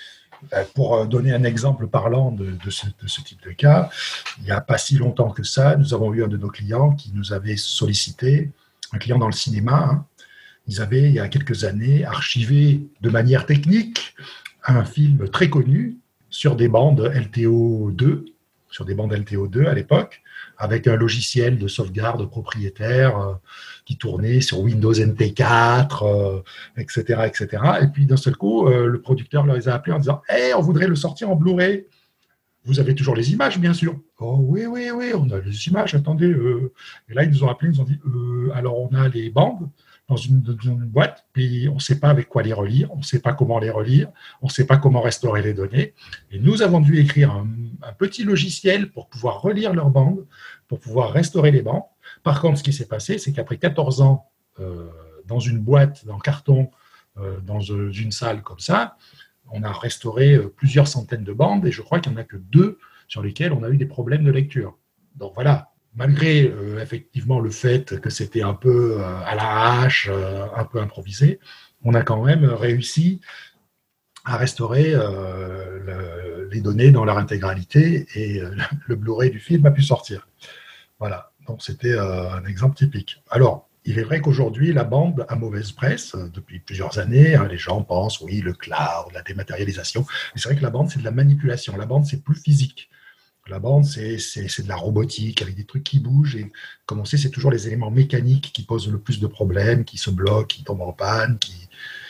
Pour donner un exemple parlant de, de, ce, de ce type de cas, il n'y a pas si longtemps que ça, nous avons eu un de nos clients qui nous avait sollicité, un client dans le cinéma. Hein, ils avaient, il y a quelques années, archivé de manière technique un film très connu sur des bandes L T O deux, sur des bandes L T O deux à l'époque, avec un logiciel de sauvegarde propriétaire euh, qui tournait sur Windows N T quatre, euh, et cetera, et cetera. Et puis d'un seul coup, euh, le producteur les a appelés en disant hey, « on voudrait le sortir en Blu-ray. Vous avez toujours les images, bien sûr. » « Oh oui, oui, oui, on a les images, attendez. Euh. » Et là, ils nous ont appelés, ils nous ont dit euh, « alors on a les bandes, dans une, dans une boîte, puis on ne sait pas avec quoi les relire, on ne sait pas comment les relire, on ne sait pas comment restaurer les données. Et nous avons dû écrire un, un petit logiciel pour pouvoir relire leurs bandes, pour pouvoir restaurer les bandes. Par contre, ce qui s'est passé, c'est qu'après quatorze ans, euh, dans une boîte, dans carton, euh, dans une salle comme ça, on a restauré plusieurs centaines de bandes et je crois qu'il n'y en a que deux sur lesquelles on a eu des problèmes de lecture. Donc voilà, malgré euh, effectivement le fait que c'était un peu euh, à la hache, euh, un peu improvisé, on a quand même réussi à restaurer euh, le, les données dans leur intégralité et euh, le Blu-ray du film a pu sortir. Voilà, donc c'était euh, un exemple typique. Alors, il est vrai qu'aujourd'hui, la bande a mauvaise presse euh, depuis plusieurs années. Hein, les gens pensent, oui, le cloud, la dématérialisation. Mais c'est vrai que la bande, c'est de la manipulation. La bande, c'est plus physique. La bande, c'est, c'est, c'est de la robotique avec des trucs qui bougent. Et comme on sait, c'est toujours les éléments mécaniques qui posent le plus de problèmes, qui se bloquent, qui tombent en panne, qui,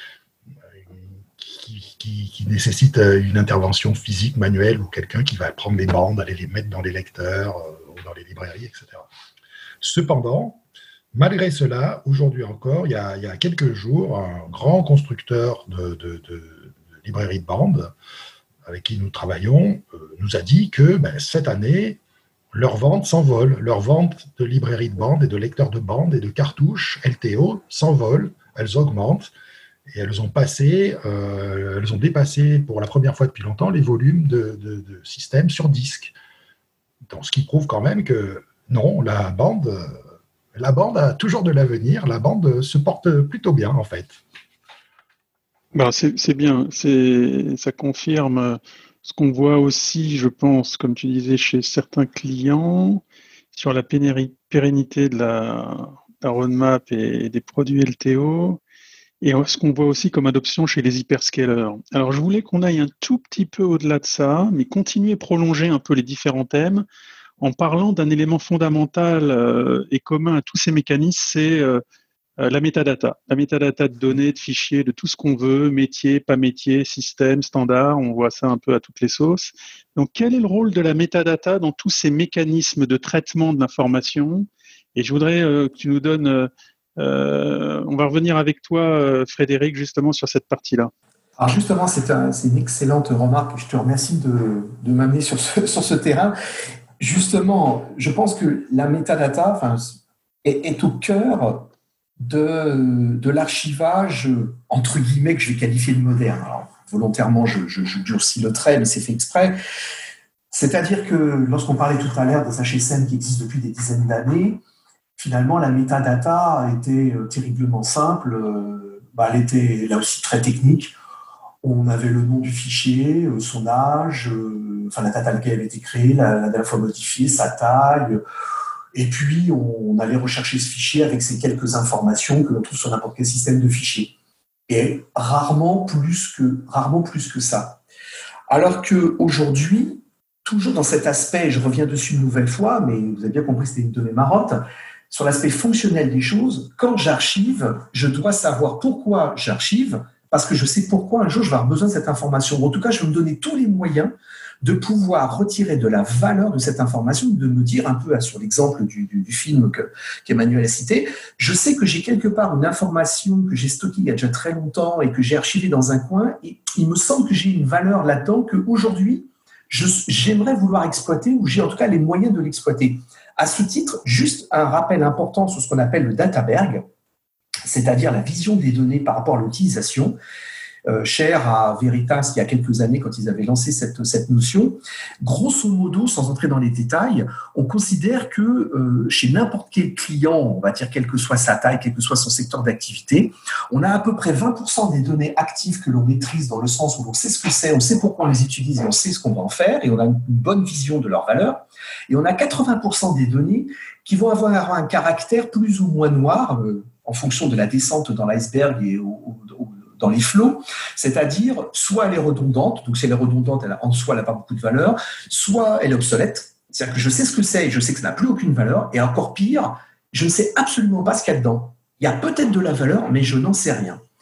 qui, qui, qui nécessitent une intervention physique, manuelle, ou quelqu'un qui va prendre les bandes, aller les mettre dans les lecteurs, euh, ou dans les librairies, et cetera. Cependant, malgré cela, aujourd'hui encore, il y a, il y a quelques jours, un grand constructeur de, de, de, de librairies de bandes avec qui nous travaillons euh, nous a dit que ben, cette année, leurs ventes s'envolent. Leurs ventes de librairies de bandes et de lecteurs de bandes et de cartouches L T O s'envolent, elles augmentent et elles ont passé, euh, elles ont dépassé pour la première fois depuis longtemps les volumes de, de, de systèmes sur disque. Donc, ce qui prouve quand même que non, la bande... La bande a toujours de l'avenir, la bande se porte plutôt bien en fait. Ben, c'est, c'est bien, c'est, ça confirme ce qu'on voit aussi, je pense, comme tu disais, chez certains clients, sur la pénéri- pérennité de la, la roadmap et, et des produits L T O, et ce qu'on voit aussi comme adoption chez les hyperscalers. Alors je voulais qu'on aille un tout petit peu au-delà de ça, mais continuer à prolonger un peu les différents thèmes, en parlant d'un élément fondamental euh, et commun à tous ces mécanismes, c'est euh, euh, la métadata. La métadata de données, de fichiers, de tout ce qu'on veut, métier, pas métier, système, standard, on voit ça un peu à toutes les sauces. Donc, quel est le rôle de la métadata dans tous ces mécanismes de traitement de l'information ? Et je voudrais euh, que tu nous donnes... Euh, euh, on va revenir avec toi, euh, Frédéric, justement sur cette partie-là. Alors justement, c'est, un, c'est une excellente remarque. Je te remercie de, de m'amener sur ce, sur ce terrain. Justement, je pense que la métadata enfin, est, est au cœur de, de l'archivage, entre guillemets, que je vais qualifier de moderne. Alors, volontairement, je, je, je durcis le trait, mais c'est fait exprès. C'est-à-dire que lorsqu'on parlait tout à l'heure des H S M qui existent depuis des dizaines d'années, finalement, la métadata était terriblement simple. Bah, elle était là aussi très technique. On avait le nom du fichier, son âge, enfin la date à laquelle elle a été créée, la, la dernière fois modifiée, sa taille. Et puis, on allait rechercher ce fichier avec ces quelques informations que l'on trouve sur n'importe quel système de fichiers. Et rarement plus que, rarement plus que ça. Alors qu'aujourd'hui, toujours dans cet aspect, je reviens dessus une nouvelle fois, mais vous avez bien compris que c'était une de mes marottes, sur l'aspect fonctionnel des choses, quand j'archive, je dois savoir pourquoi j'archive, parce que je sais pourquoi un jour je vais avoir besoin de cette information. En tout cas, je vais me donner tous les moyens de pouvoir retirer de la valeur de cette information, de me dire un peu sur l'exemple du, du, du film que, qu'Emmanuel a cité, je sais que j'ai quelque part une information que j'ai stockée il y a déjà très longtemps et que j'ai archivée dans un coin, et il me semble que j'ai une valeur là-dedans qu'aujourd'hui, je, j'aimerais vouloir exploiter, ou j'ai en tout cas les moyens de l'exploiter. À ce titre, juste un rappel important sur ce qu'on appelle le databerg, c'est-à-dire la vision des données par rapport à l'utilisation, euh, chère à Veritas il y a quelques années quand ils avaient lancé cette, cette notion. Grosso modo, sans entrer dans les détails, on considère que euh, chez n'importe quel client, on va dire quelle que soit sa taille, quel que soit son secteur d'activité, on a à peu près vingt pour cent des données actives que l'on maîtrise dans le sens où on sait ce que c'est, on sait pourquoi on les utilise et on sait ce qu'on va en faire et on a une bonne vision de leur valeur. Et on a quatre-vingts pour cent des données qui vont avoir un caractère plus ou moins noir, euh, en fonction de la descente dans l'iceberg et au, au, dans les flots, c'est-à-dire soit elle est redondante, donc si elle est redondante, elle a, en soi elle n'a pas beaucoup de valeur, soit elle est obsolète, c'est-à-dire que je sais ce que c'est et je sais que ça n'a plus aucune valeur, et encore pire, je ne sais absolument pas ce qu'il y a dedans. Il y a peut-être de la valeur, mais je n'en sais rien.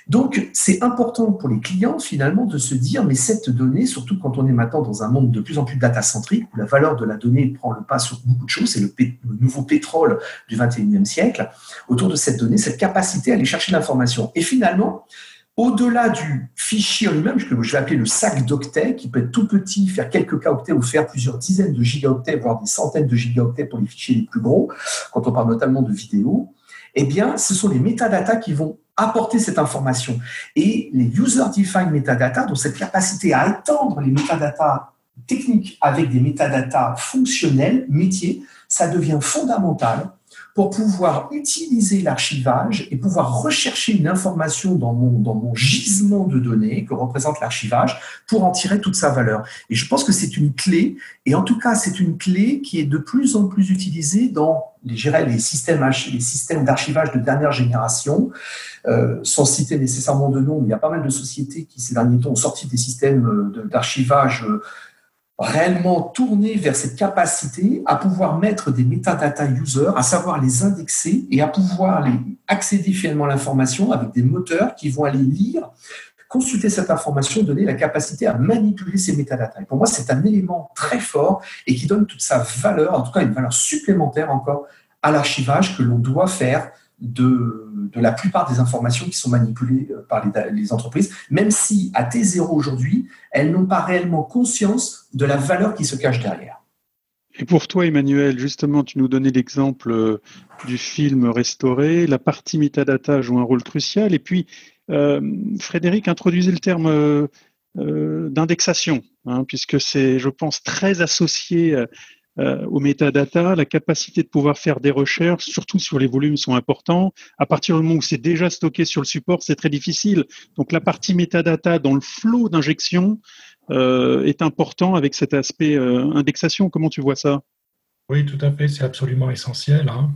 Donc, c'est important pour les clients, finalement, de se dire, mais cette donnée, surtout quand on est maintenant dans un monde de plus en plus data-centrique, où la valeur de la donnée prend le pas sur beaucoup de choses, c'est le, pé- le nouveau pétrole du vingt et unième siècle, autour de cette donnée, cette capacité à aller chercher l'information. Et finalement, au-delà du fichier en lui-même, que je vais appeler le sac d'octets, qui peut être tout petit, faire quelques K-octets ou faire plusieurs dizaines de gigaoctets, voire des centaines de gigaoctets pour les fichiers les plus gros, quand on parle notamment de vidéo, eh bien, ce sont les métadatas qui vont apporter cette information. Et les user-defined metadata, donc cette capacité à étendre les métadatas techniques avec des métadatas fonctionnels, métiers, ça devient fondamental pour pouvoir utiliser l'archivage et pouvoir rechercher une information dans mon, dans mon gisement de données que représente l'archivage pour en tirer toute sa valeur. Et je pense que c'est une clé, et en tout cas, c'est une clé qui est de plus en plus utilisée dans les, les systèmes, les systèmes d'archivage de dernière génération. Euh, sans citer nécessairement de nom, il y a pas mal de sociétés qui, ces derniers temps, ont sorti des systèmes de, d'archivage euh, réellement tourné vers cette capacité à pouvoir mettre des metadata users, à savoir les indexer et à pouvoir les accéder finalement à l'information avec des moteurs qui vont aller lire, consulter cette information, donner la capacité à manipuler ces metadata. Et pour moi, c'est un élément très fort et qui donne toute sa valeur, en tout cas une valeur supplémentaire encore à l'archivage que l'on doit faire de, de la plupart des informations qui sont manipulées par les, les entreprises, même si à T zéro aujourd'hui, elles n'ont pas réellement conscience de la valeur qui se cache derrière. Et pour toi, Emmanuel, justement, tu nous donnais l'exemple du film restauré, la partie metadata joue un rôle crucial, et puis euh, Frédéric introduisait le terme euh, euh, d'indexation, hein, puisque c'est, je pense, très associé euh, Euh, aux métadata, la capacité de pouvoir faire des recherches, surtout sur les volumes sont importants. À partir du moment où c'est déjà stocké sur le support, c'est très difficile. Donc la partie métadata dans le flot d'injection euh, est important avec cet aspect euh, indexation. Comment tu vois ça? Oui, tout à fait, c'est absolument essentiel. Hein.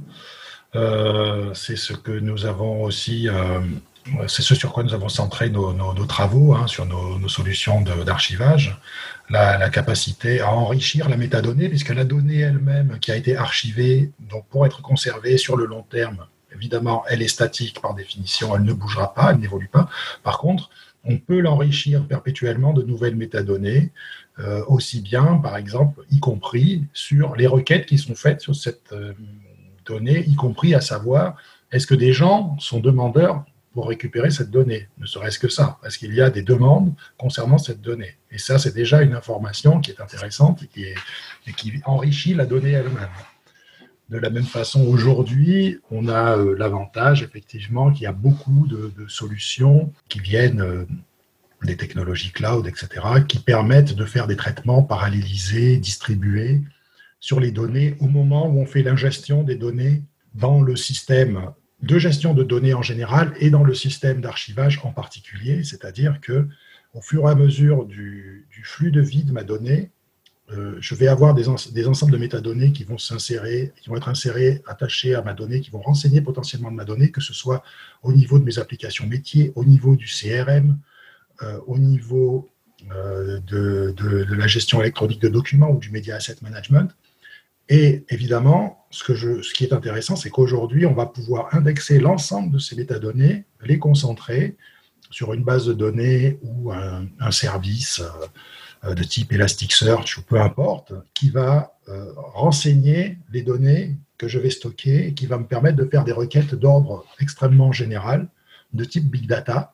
Euh, c'est ce que nous avons aussi, euh, c'est ce sur quoi nous avons centré nos, nos, nos travaux, hein, sur nos, nos solutions de, d'archivage. La, la capacité à enrichir la métadonnée, puisque la donnée elle-même qui a été archivée, donc pour être conservée sur le long terme, évidemment, elle est statique par définition, elle ne bougera pas, elle n'évolue pas. Par contre, on peut l'enrichir perpétuellement de nouvelles métadonnées, euh, aussi bien, par exemple, y compris sur les requêtes qui sont faites sur cette euh, donnée, y compris à savoir, est-ce que des gens sont demandeurs pour récupérer cette donnée, ne serait-ce que ça. Est-ce qu'il y a des demandes concernant cette donnée? Et ça, c'est déjà une information qui est intéressante et qui, est, et qui enrichit la donnée elle-même. De la même façon, aujourd'hui, on a euh, l'avantage, effectivement, qu'il y a beaucoup de, de solutions qui viennent euh, des technologies cloud, et cetera, qui permettent de faire des traitements parallélisés, distribués sur les données au moment où on fait l'ingestion des données dans le système de gestion de données en général et dans le système d'archivage en particulier, c'est-à-dire que au fur et à mesure du, du flux de vie de ma donnée, euh, je vais avoir des, ens- des ensembles de métadonnées qui vont s'insérer, qui vont être insérées, attachées à ma donnée, qui vont renseigner potentiellement de ma donnée, que ce soit au niveau de mes applications métiers, au niveau du C R M, euh, au niveau euh, de, de, de la gestion électronique de documents ou du Media Asset Management. Et évidemment, ce, que je, ce qui est intéressant, c'est qu'aujourd'hui, on va pouvoir indexer l'ensemble de ces métadonnées, les concentrer sur une base de données ou un, un service euh, de type Elasticsearch ou peu importe, qui va euh, renseigner les données que je vais stocker et qui va me permettre de faire des requêtes d'ordre extrêmement général, de type Big Data,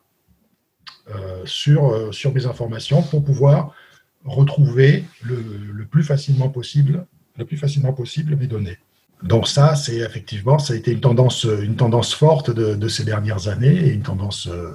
euh, sur, euh, sur mes informations pour pouvoir retrouver le, le plus facilement possible le plus facilement possible mes données. Donc ça, c'est effectivement, ça a été une tendance, une tendance forte de, de ces dernières années et une tendance, euh,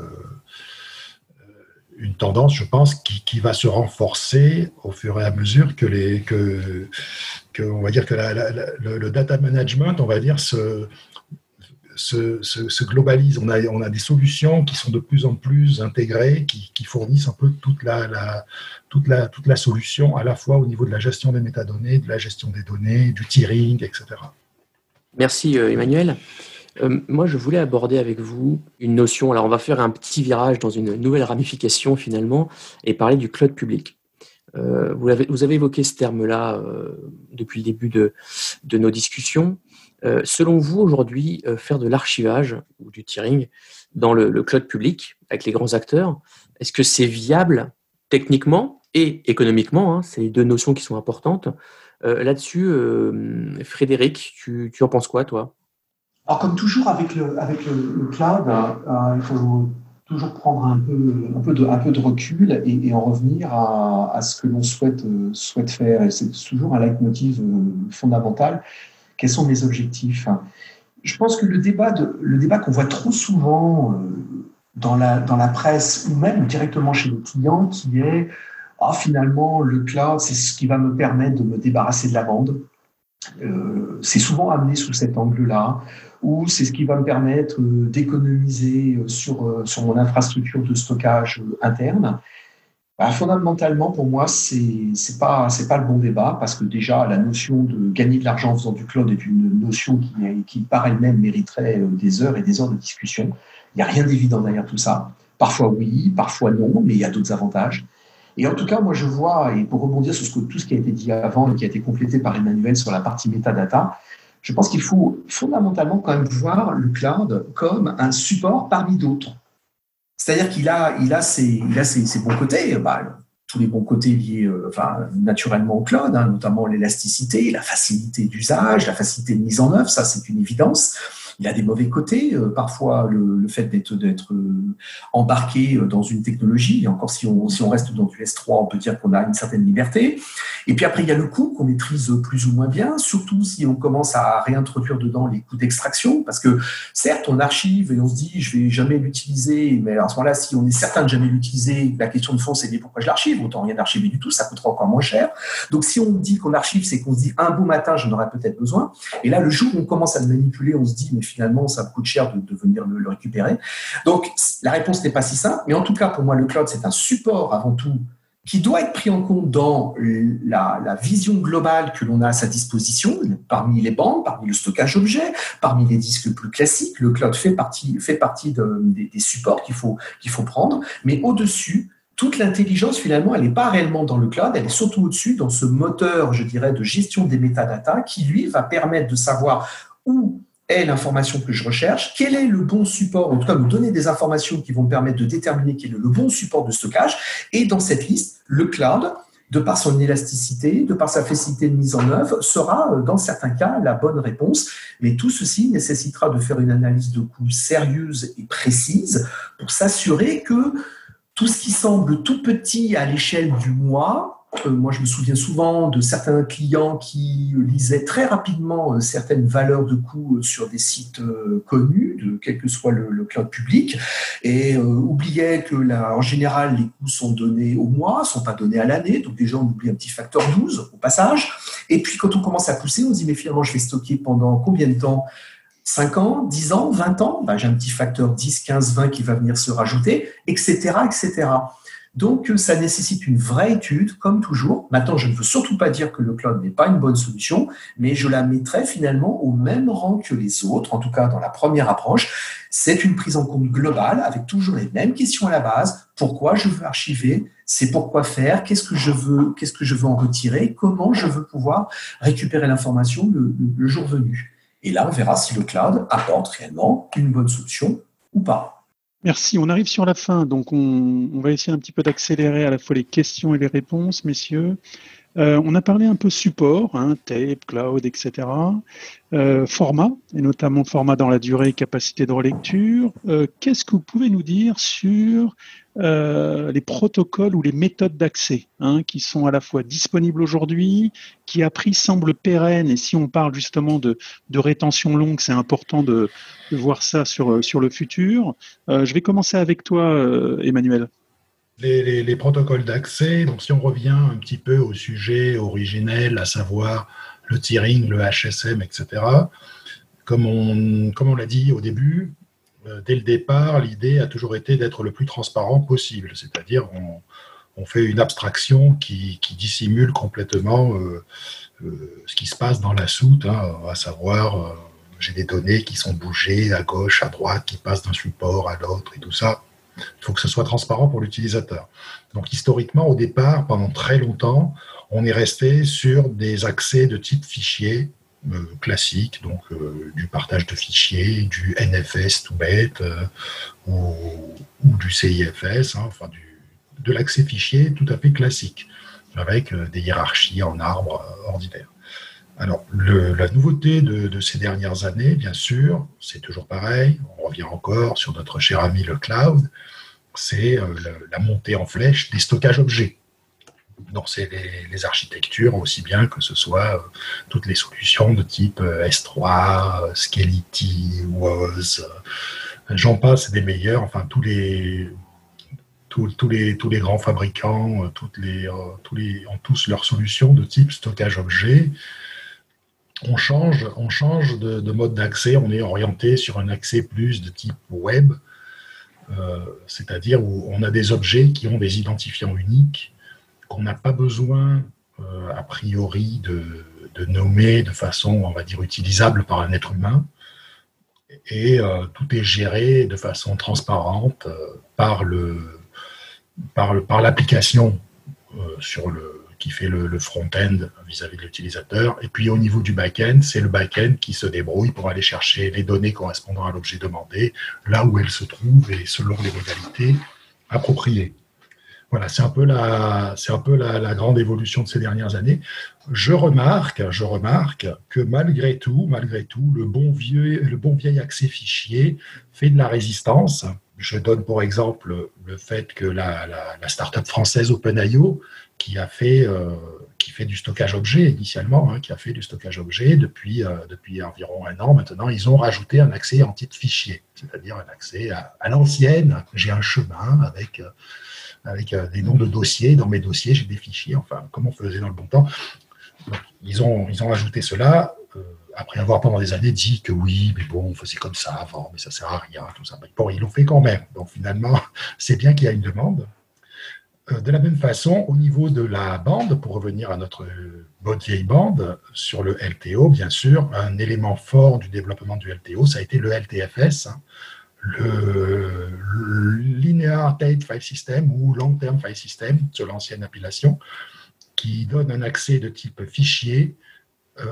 une tendance, je pense, qui, qui va se renforcer au fur et à mesure que les, que, que on va dire que la, la, la, le, le data management, on va dire, se, se, se, se globalise. On a, on a des solutions qui sont de plus en plus intégrées, qui, qui fournissent un peu toute la, la Toute la, toute la solution, à la fois au niveau de la gestion des métadonnées, de la gestion des données, du tiering, et cetera. Merci euh, Emmanuel. Euh, moi, je voulais aborder avec vous une notion. Alors, on va faire un petit virage dans une nouvelle ramification finalement et parler du cloud public. Euh, vous, avez, vous avez évoqué ce terme-là euh, depuis le début de, de nos discussions. Euh, selon vous, aujourd'hui, euh, faire de l'archivage ou du tiering dans le, le cloud public avec les grands acteurs. Est-ce que c'est viable techniquement et économiquement, hein, c'est deux notions qui sont importantes. Euh, là-dessus, euh, Frédéric, tu, tu en penses quoi, toi? Alors, comme toujours avec le, avec le, le cloud, euh, il faut toujours prendre un peu, un peu, de, un peu de recul et, et en revenir à, à ce que l'on souhaite, euh, souhaite faire. Et c'est toujours un leitmotiv euh, fondamental. Quels sont mes objectifs? Je pense que le débat, de, le débat qu'on voit trop souvent euh, dans, la, dans la presse ou même directement chez les clients, qui est ah, finalement, le cloud, c'est ce qui va me permettre de me débarrasser de la bande. Euh, c'est souvent amené sous cet angle-là, ou c'est ce qui va me permettre euh, d'économiser sur, euh, sur mon infrastructure de stockage euh, interne. Bah, fondamentalement, pour moi, c'est c'est pas c'est pas le bon débat, parce que déjà la notion de gagner de l'argent en faisant du cloud est une notion qui, qui par elle-même mériterait des heures et des heures de discussion. Il n'y a rien d'évident derrière tout ça. Parfois oui, parfois non, mais il y a d'autres avantages. Et en tout cas, moi je vois, et pour rebondir sur ce que, tout ce qui a été dit avant et qui a été complété par Emmanuel sur la partie metadata, je pense qu'il faut fondamentalement quand même voir le cloud comme un support parmi d'autres. C'est-à-dire qu'il a, il a, ses, il a ses, ses bons côtés, bah, tous les bons côtés liés euh, enfin, naturellement au cloud, hein, notamment l'élasticité, la facilité d'usage, la facilité de mise en œuvre, ça c'est une évidence. Il a des mauvais côtés, euh, parfois le, le fait d'être, d'être euh, embarqué dans une technologie, et encore si on, si on reste dans du S trois, on peut dire qu'on a une certaine liberté. Et puis après, il y a le coût qu'on maîtrise plus ou moins bien, surtout si on commence à réintroduire dedans les coûts d'extraction, parce que certes, on archive et on se dit, je vais jamais l'utiliser, mais à ce moment-là, si on est certain de jamais l'utiliser, la question de fond, c'est pourquoi je l'archive, autant rien archiver du tout, ça coûtera encore moins cher. Donc si on dit qu'on archive, c'est qu'on se dit, un beau matin, j'en aurai peut-être besoin. Et là, le jour où on commence à le manipuler, on se dit, mais finalement, ça me coûte cher de, de venir le, le récupérer. Donc, la réponse n'est pas si simple, mais en tout cas, pour moi, le cloud, c'est un support avant tout qui doit être pris en compte dans la, la vision globale que l'on a à sa disposition, parmi les bandes, parmi le stockage objet, parmi les disques plus classiques. Le cloud fait partie, fait partie de, des, des supports qu'il faut, qu'il faut prendre, mais au-dessus, toute l'intelligence, finalement, elle n'est pas réellement dans le cloud, elle est surtout au-dessus, dans ce moteur, je dirais, de gestion des métadatas, qui, lui, va permettre de savoir où est l'information que je recherche, quel est le bon support, en tout cas me donner des informations qui vont me permettre de déterminer quel est le bon support de stockage, et dans cette liste, le cloud, de par son élasticité, de par sa facilité de mise en œuvre, sera dans certains cas la bonne réponse, mais tout ceci nécessitera de faire une analyse de coûts sérieuse et précise pour s'assurer que tout ce qui semble tout petit à l'échelle du mois, Euh, moi, je me souviens souvent de certains clients qui lisaient très rapidement euh, certaines valeurs de coûts euh, sur des sites euh, connus, de, quel que soit le, le cloud public, et euh, oubliaient que, là, en général, les coûts sont donnés au mois, ne sont pas donnés à l'année. Donc, déjà, on oublie un petit facteur douze au passage. Et puis, quand on commence à pousser, on se dit, mais finalement, je vais stocker pendant combien de temps ? cinq ans, dix ans, vingt ans, ben, j'ai un petit facteur dix, quinze, vingt qui va venir se rajouter, et cetera, et cetera. Donc, ça nécessite une vraie étude, comme toujours. Maintenant, je ne veux surtout pas dire que le cloud n'est pas une bonne solution, mais je la mettrai finalement au même rang que les autres, en tout cas dans la première approche. C'est une prise en compte globale, avec toujours les mêmes questions à la base. Pourquoi je veux archiver ? C'est pourquoi faire ? Qu'est-ce que je veux, qu'est-ce que je veux en retirer ? Comment je veux pouvoir récupérer l'information le, le, le jour venu ? Et là, on verra si le cloud apporte réellement une bonne solution ou pas. Merci, on arrive sur la fin, donc on, on va essayer un petit peu d'accélérer à la fois les questions et les réponses, messieurs. Euh, on a parlé un peu support, hein, tape, cloud, et cetera. Euh, format, et notamment format dans la durée, capacité de relecture. Euh, qu'est-ce que vous pouvez nous dire sur euh, les protocoles ou les méthodes d'accès, hein, qui sont à la fois disponibles aujourd'hui, qui a pris semblent pérennes, et si on parle justement de, de rétention longue, c'est important de, de voir ça sur, sur le futur. Euh, je vais commencer avec toi, euh, Emmanuel. Les, les, les protocoles d'accès, donc si on revient un petit peu au sujet originel, à savoir le tiering, le H S M, et cetera, comme on, comme on l'a dit au début, euh, dès le départ, l'idée a toujours été d'être le plus transparent possible, c'est-à-dire on, on fait une abstraction qui, qui dissimule complètement euh, euh, ce qui se passe dans la soute, hein, à savoir, euh, j'ai des données qui sont bougées à gauche, à droite, qui passent d'un support à l'autre et tout ça. Il faut que ce soit transparent pour l'utilisateur. Donc, historiquement, au départ, pendant très longtemps, on est resté sur des accès de type fichier euh, classiques, donc euh, du partage de fichiers, du N F S tout bête, euh, ou, ou du C I F S, hein, enfin du, de l'accès fichier tout à fait classique, avec euh, des hiérarchies en arbre euh, ordinaires. Alors, le, la nouveauté de, de ces dernières années, bien sûr, c'est toujours pareil, on revient encore sur notre cher ami le cloud, c'est euh, la, la montée en flèche des stockages objets. Donc, c'est les, les architectures, aussi bien que ce soit euh, toutes les solutions de type euh, S trois, euh, Skeleti, W O S, euh, j'en passe, des meilleurs, enfin, tous les, tous, tous les, tous les grands fabricants, euh, toutes les, euh, tous les, ont tous leurs solutions de type stockage objet. On change, on change de, de mode d'accès, on est orienté sur un accès plus de type web, euh, c'est-à-dire où on a des objets qui ont des identifiants uniques, qu'on n'a pas besoin, euh, a priori, de, de nommer de façon, on va dire, utilisable par un être humain, et euh, tout est géré de façon transparente euh, par, le, par, le, par l'application euh, sur le qui fait le, le front-end vis-à-vis de l'utilisateur. Et puis au niveau du back-end, c'est le back-end qui se débrouille pour aller chercher les données correspondant à l'objet demandé, là où elles se trouvent et selon les modalités appropriées. Voilà, c'est un peu la, c'est un peu la, la grande évolution de ces dernières années. Je remarque, je remarque que malgré tout, malgré tout, le bon vieux, le bon vieil accès fichier fait de la résistance. Je donne pour exemple le fait que la, la, la start-up française OpenIO, qui a fait, euh, qui fait du stockage objet initialement, hein, qui a fait du stockage objet depuis, euh, depuis environ un an maintenant, ils ont rajouté un accès en titre fichier, c'est-à-dire un accès à, à l'ancienne. J'ai un chemin avec, euh, avec euh, des noms de dossiers. Dans mes dossiers, j'ai des fichiers, enfin, comme on faisait dans le bon temps. Donc, ils, ont, ils ont rajouté cela, euh, après avoir pendant des années dit que oui, mais bon, on faisait comme ça avant, mais ça ne sert à rien, tout ça. Bon, ils l'ont fait quand même. Donc finalement, c'est bien qu'il y a une demande. De la même façon, au niveau de la bande, pour revenir à notre bonne vieille bande, sur le L T O, bien sûr, un élément fort du développement du L T O, ça a été le L T F S, hein, le, le Linear Tape File System ou Long Term File System, sur l'ancienne appellation, qui donne un accès de type fichier euh,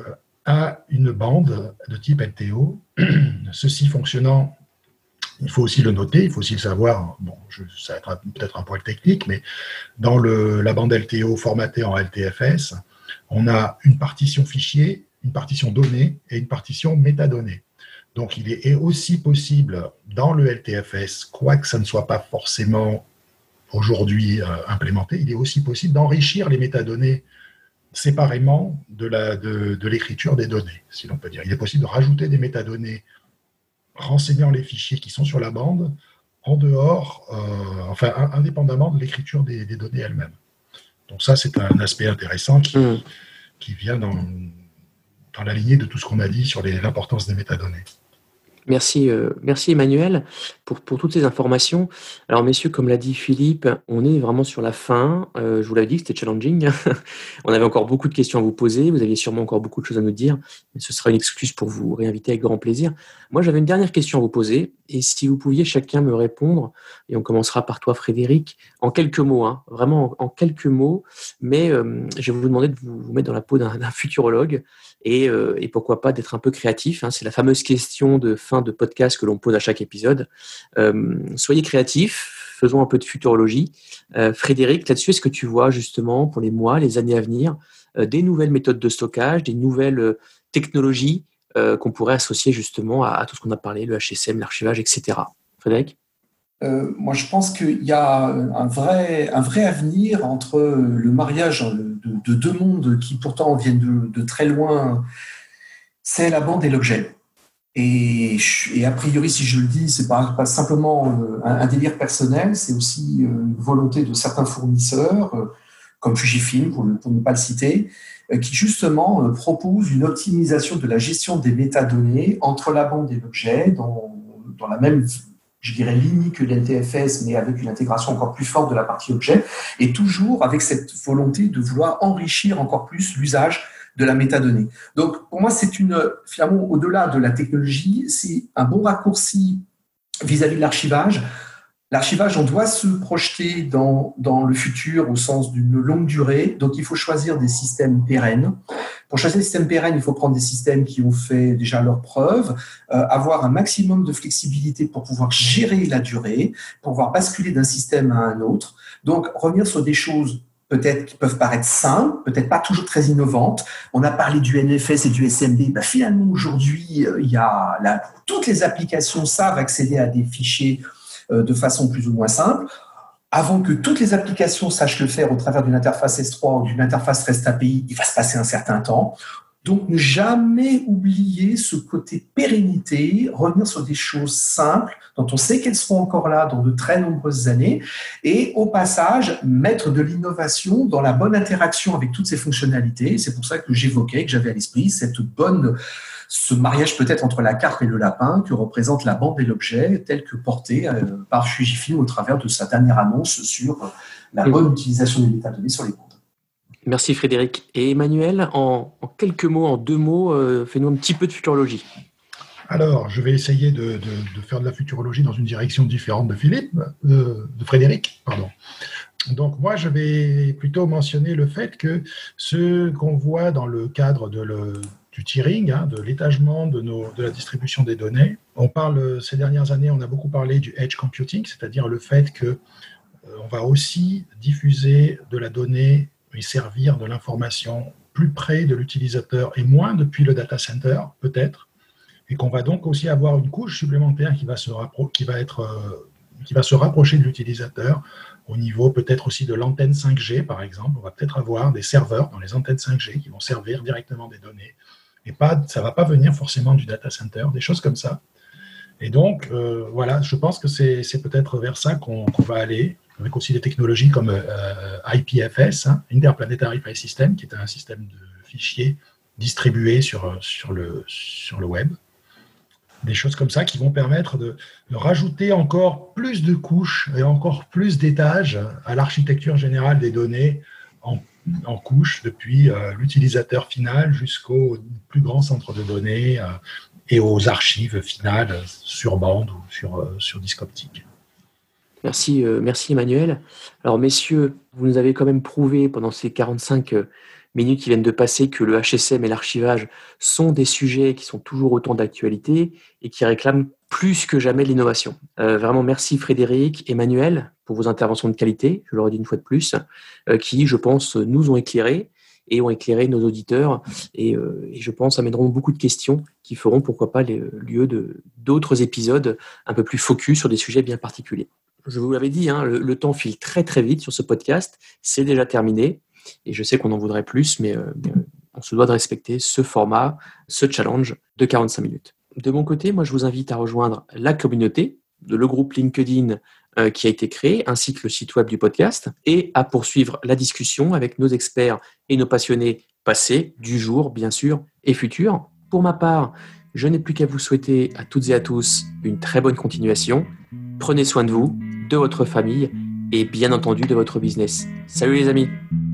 à une bande de type L T O, ceci fonctionnant. Il faut aussi le noter, il faut aussi le savoir, bon, je, ça va être peut-être un poil technique, mais dans le, la bande L T O formatée en L T F S, on a une partition fichier, une partition données et une partition métadonnées. Donc il est aussi possible dans le L T F S, quoique ça ne soit pas forcément aujourd'hui euh, implémenté, il est aussi possible d'enrichir les métadonnées séparément de, la, de, de l'écriture des données, si l'on peut dire. Il est possible de rajouter des métadonnées renseignant les fichiers qui sont sur la bande, en dehors, euh, enfin, indépendamment de l'écriture des, des données elles-mêmes. Donc ça, c'est un aspect intéressant qui, mmh. qui vient dans, dans la lignée de tout ce qu'on a dit sur les, l'importance des métadonnées. Merci, euh, merci Emmanuel pour, pour toutes ces informations. Alors messieurs, comme l'a dit Philippe, on est vraiment sur la fin. Euh, je vous l'avais dit que c'était challenging. On avait encore beaucoup de questions à vous poser. Vous aviez sûrement encore beaucoup de choses à nous dire. Mais ce sera une excuse pour vous réinviter avec grand plaisir. Moi, j'avais une dernière question à vous poser. Et si vous pouviez chacun me répondre, et on commencera par toi Frédéric, en quelques mots, hein, vraiment en, en quelques mots. Mais euh, je vais vous demander de vous, vous mettre dans la peau d'un, d'un futurologue. Et, euh, et pourquoi pas d'être un peu créatif, hein. C'est la fameuse question de fin de podcast que l'on pose à chaque épisode. Euh, soyez créatifs, faisons un peu de futurologie. Euh, Frédéric, là-dessus, est-ce que tu vois justement pour les mois, les années à venir, euh, des nouvelles méthodes de stockage, des nouvelles euh, technologies euh, qu'on pourrait associer justement à, à tout ce qu'on a parlé, le H S M, l'archivage, et cetera. Frédéric ? Euh, moi, je pense qu'il y a un vrai, un vrai avenir entre le mariage de, de deux mondes qui pourtant viennent de, de très loin. C'est la bande et l'objet. Et, et a priori, si je le dis, c'est pas, pas simplement un, un délire personnel, c'est aussi une volonté de certains fournisseurs, comme Fujifilm, pour, pour ne pas le citer, qui justement proposent une optimisation de la gestion des métadonnées entre la bande et l'objet dans, dans la même, je dirais, ligne que l'L T F S, mais avec une intégration encore plus forte de la partie objet, et toujours avec cette volonté de vouloir enrichir encore plus l'usage de la métadonnée. Donc, pour moi, c'est une, finalement, au-delà de la technologie, c'est un bon raccourci vis-à-vis de l'archivage, L'archivage, on doit se projeter dans, dans le futur au sens d'une longue durée. Donc, il faut choisir des systèmes pérennes. Pour choisir des systèmes pérennes, il faut prendre des systèmes qui ont fait déjà leurs preuves, euh, avoir un maximum de flexibilité pour pouvoir gérer la durée, pour pouvoir basculer d'un système à un autre. Donc, revenir sur des choses peut-être qui peuvent paraître simples, peut-être pas toujours très innovantes. On a parlé du N F S et du S M B. Ben, finalement, aujourd'hui, euh, il y a la, toutes les applications savent accéder à des fichiers de façon plus ou moins simple. Avant que toutes les applications sachent le faire au travers d'une interface S trois ou d'une interface REST A P I, il va se passer un certain temps. Donc, ne jamais oublier ce côté pérennité, revenir sur des choses simples dont on sait qu'elles seront encore là dans de très nombreuses années et au passage, mettre de l'innovation dans la bonne interaction avec toutes ces fonctionnalités. C'est pour ça que j'évoquais, que j'avais à l'esprit cette bonne ce mariage peut-être entre la carpe et le lapin que représente la bande et l'objet tel que porté euh, par Fujifilm au travers de sa dernière annonce sur la bonne utilisation des métadonnées sur les bandes. Merci Frédéric. Et Emmanuel, en, en quelques mots, en deux mots, euh, fais-nous un petit peu de futurologie. Alors, je vais essayer de, de, de faire de la futurologie dans une direction différente de Philippe, euh, de Frédéric, pardon. Donc moi, je vais plutôt mentionner le fait que ce qu'on voit dans le cadre de le, du tiering, hein, de l'étagement de, nos, de la distribution des données, on parle, ces dernières années, on a beaucoup parlé du edge computing, c'est-à-dire le fait qu'on euh, va aussi diffuser de la donnée et servir de l'information plus près de l'utilisateur et moins depuis le data center, peut-être, et qu'on va donc aussi avoir une couche supplémentaire qui va se, rappro- qui va être, euh, qui va se rapprocher de l'utilisateur au niveau peut-être aussi de l'antenne cinq G, par exemple. On va peut-être avoir des serveurs dans les antennes cinq G qui vont servir directement des données. Et pas, ça ne va pas venir forcément du data center, des choses comme ça. Et donc, euh, voilà, je pense que c'est, c'est peut-être vers ça qu'on, qu'on va aller, avec aussi des technologies comme euh, I P F S, hein, Interplanetary File System, qui est un système de fichiers distribués sur, sur, le, sur le web. Des choses comme ça qui vont permettre de, de rajouter encore plus de couches et encore plus d'étages à l'architecture générale des données en, en couches, depuis euh, l'utilisateur final jusqu'au plus grand centre de données euh, et aux archives finales sur bande ou sur, euh, sur disque optique. Merci, euh, merci Emmanuel. Alors messieurs, vous nous avez quand même prouvé pendant ces quarante-cinq minutes qui viennent de passer que le H S M et l'archivage sont des sujets qui sont toujours autant d'actualité et qui réclament plus que jamais de l'innovation. Euh, vraiment merci Frédéric, Emmanuel pour vos interventions de qualité, je le redis une fois de plus, euh, qui je pense nous ont éclairés et ont éclairé nos auditeurs et, euh, et je pense amèneront beaucoup de questions qui feront pourquoi pas les, lieu de, d'autres épisodes un peu plus focus sur des sujets bien particuliers. Je vous l'avais dit, hein, le, le temps file très très vite sur ce podcast, c'est déjà terminé. Et je sais qu'on en voudrait plus, mais, euh, mais on se doit de respecter ce format, ce challenge de quarante-cinq minutes. De mon côté, moi, je vous invite à rejoindre la communauté, de le groupe LinkedIn euh, qui a été créé, ainsi que le site web du podcast, et à poursuivre la discussion avec nos experts et nos passionnés passés, du jour, bien sûr, et futurs. Pour ma part, je n'ai plus qu'à vous souhaiter à toutes et à tous une très bonne continuation. Prenez soin de vous, de votre famille et bien entendu de votre business. Salut les amis!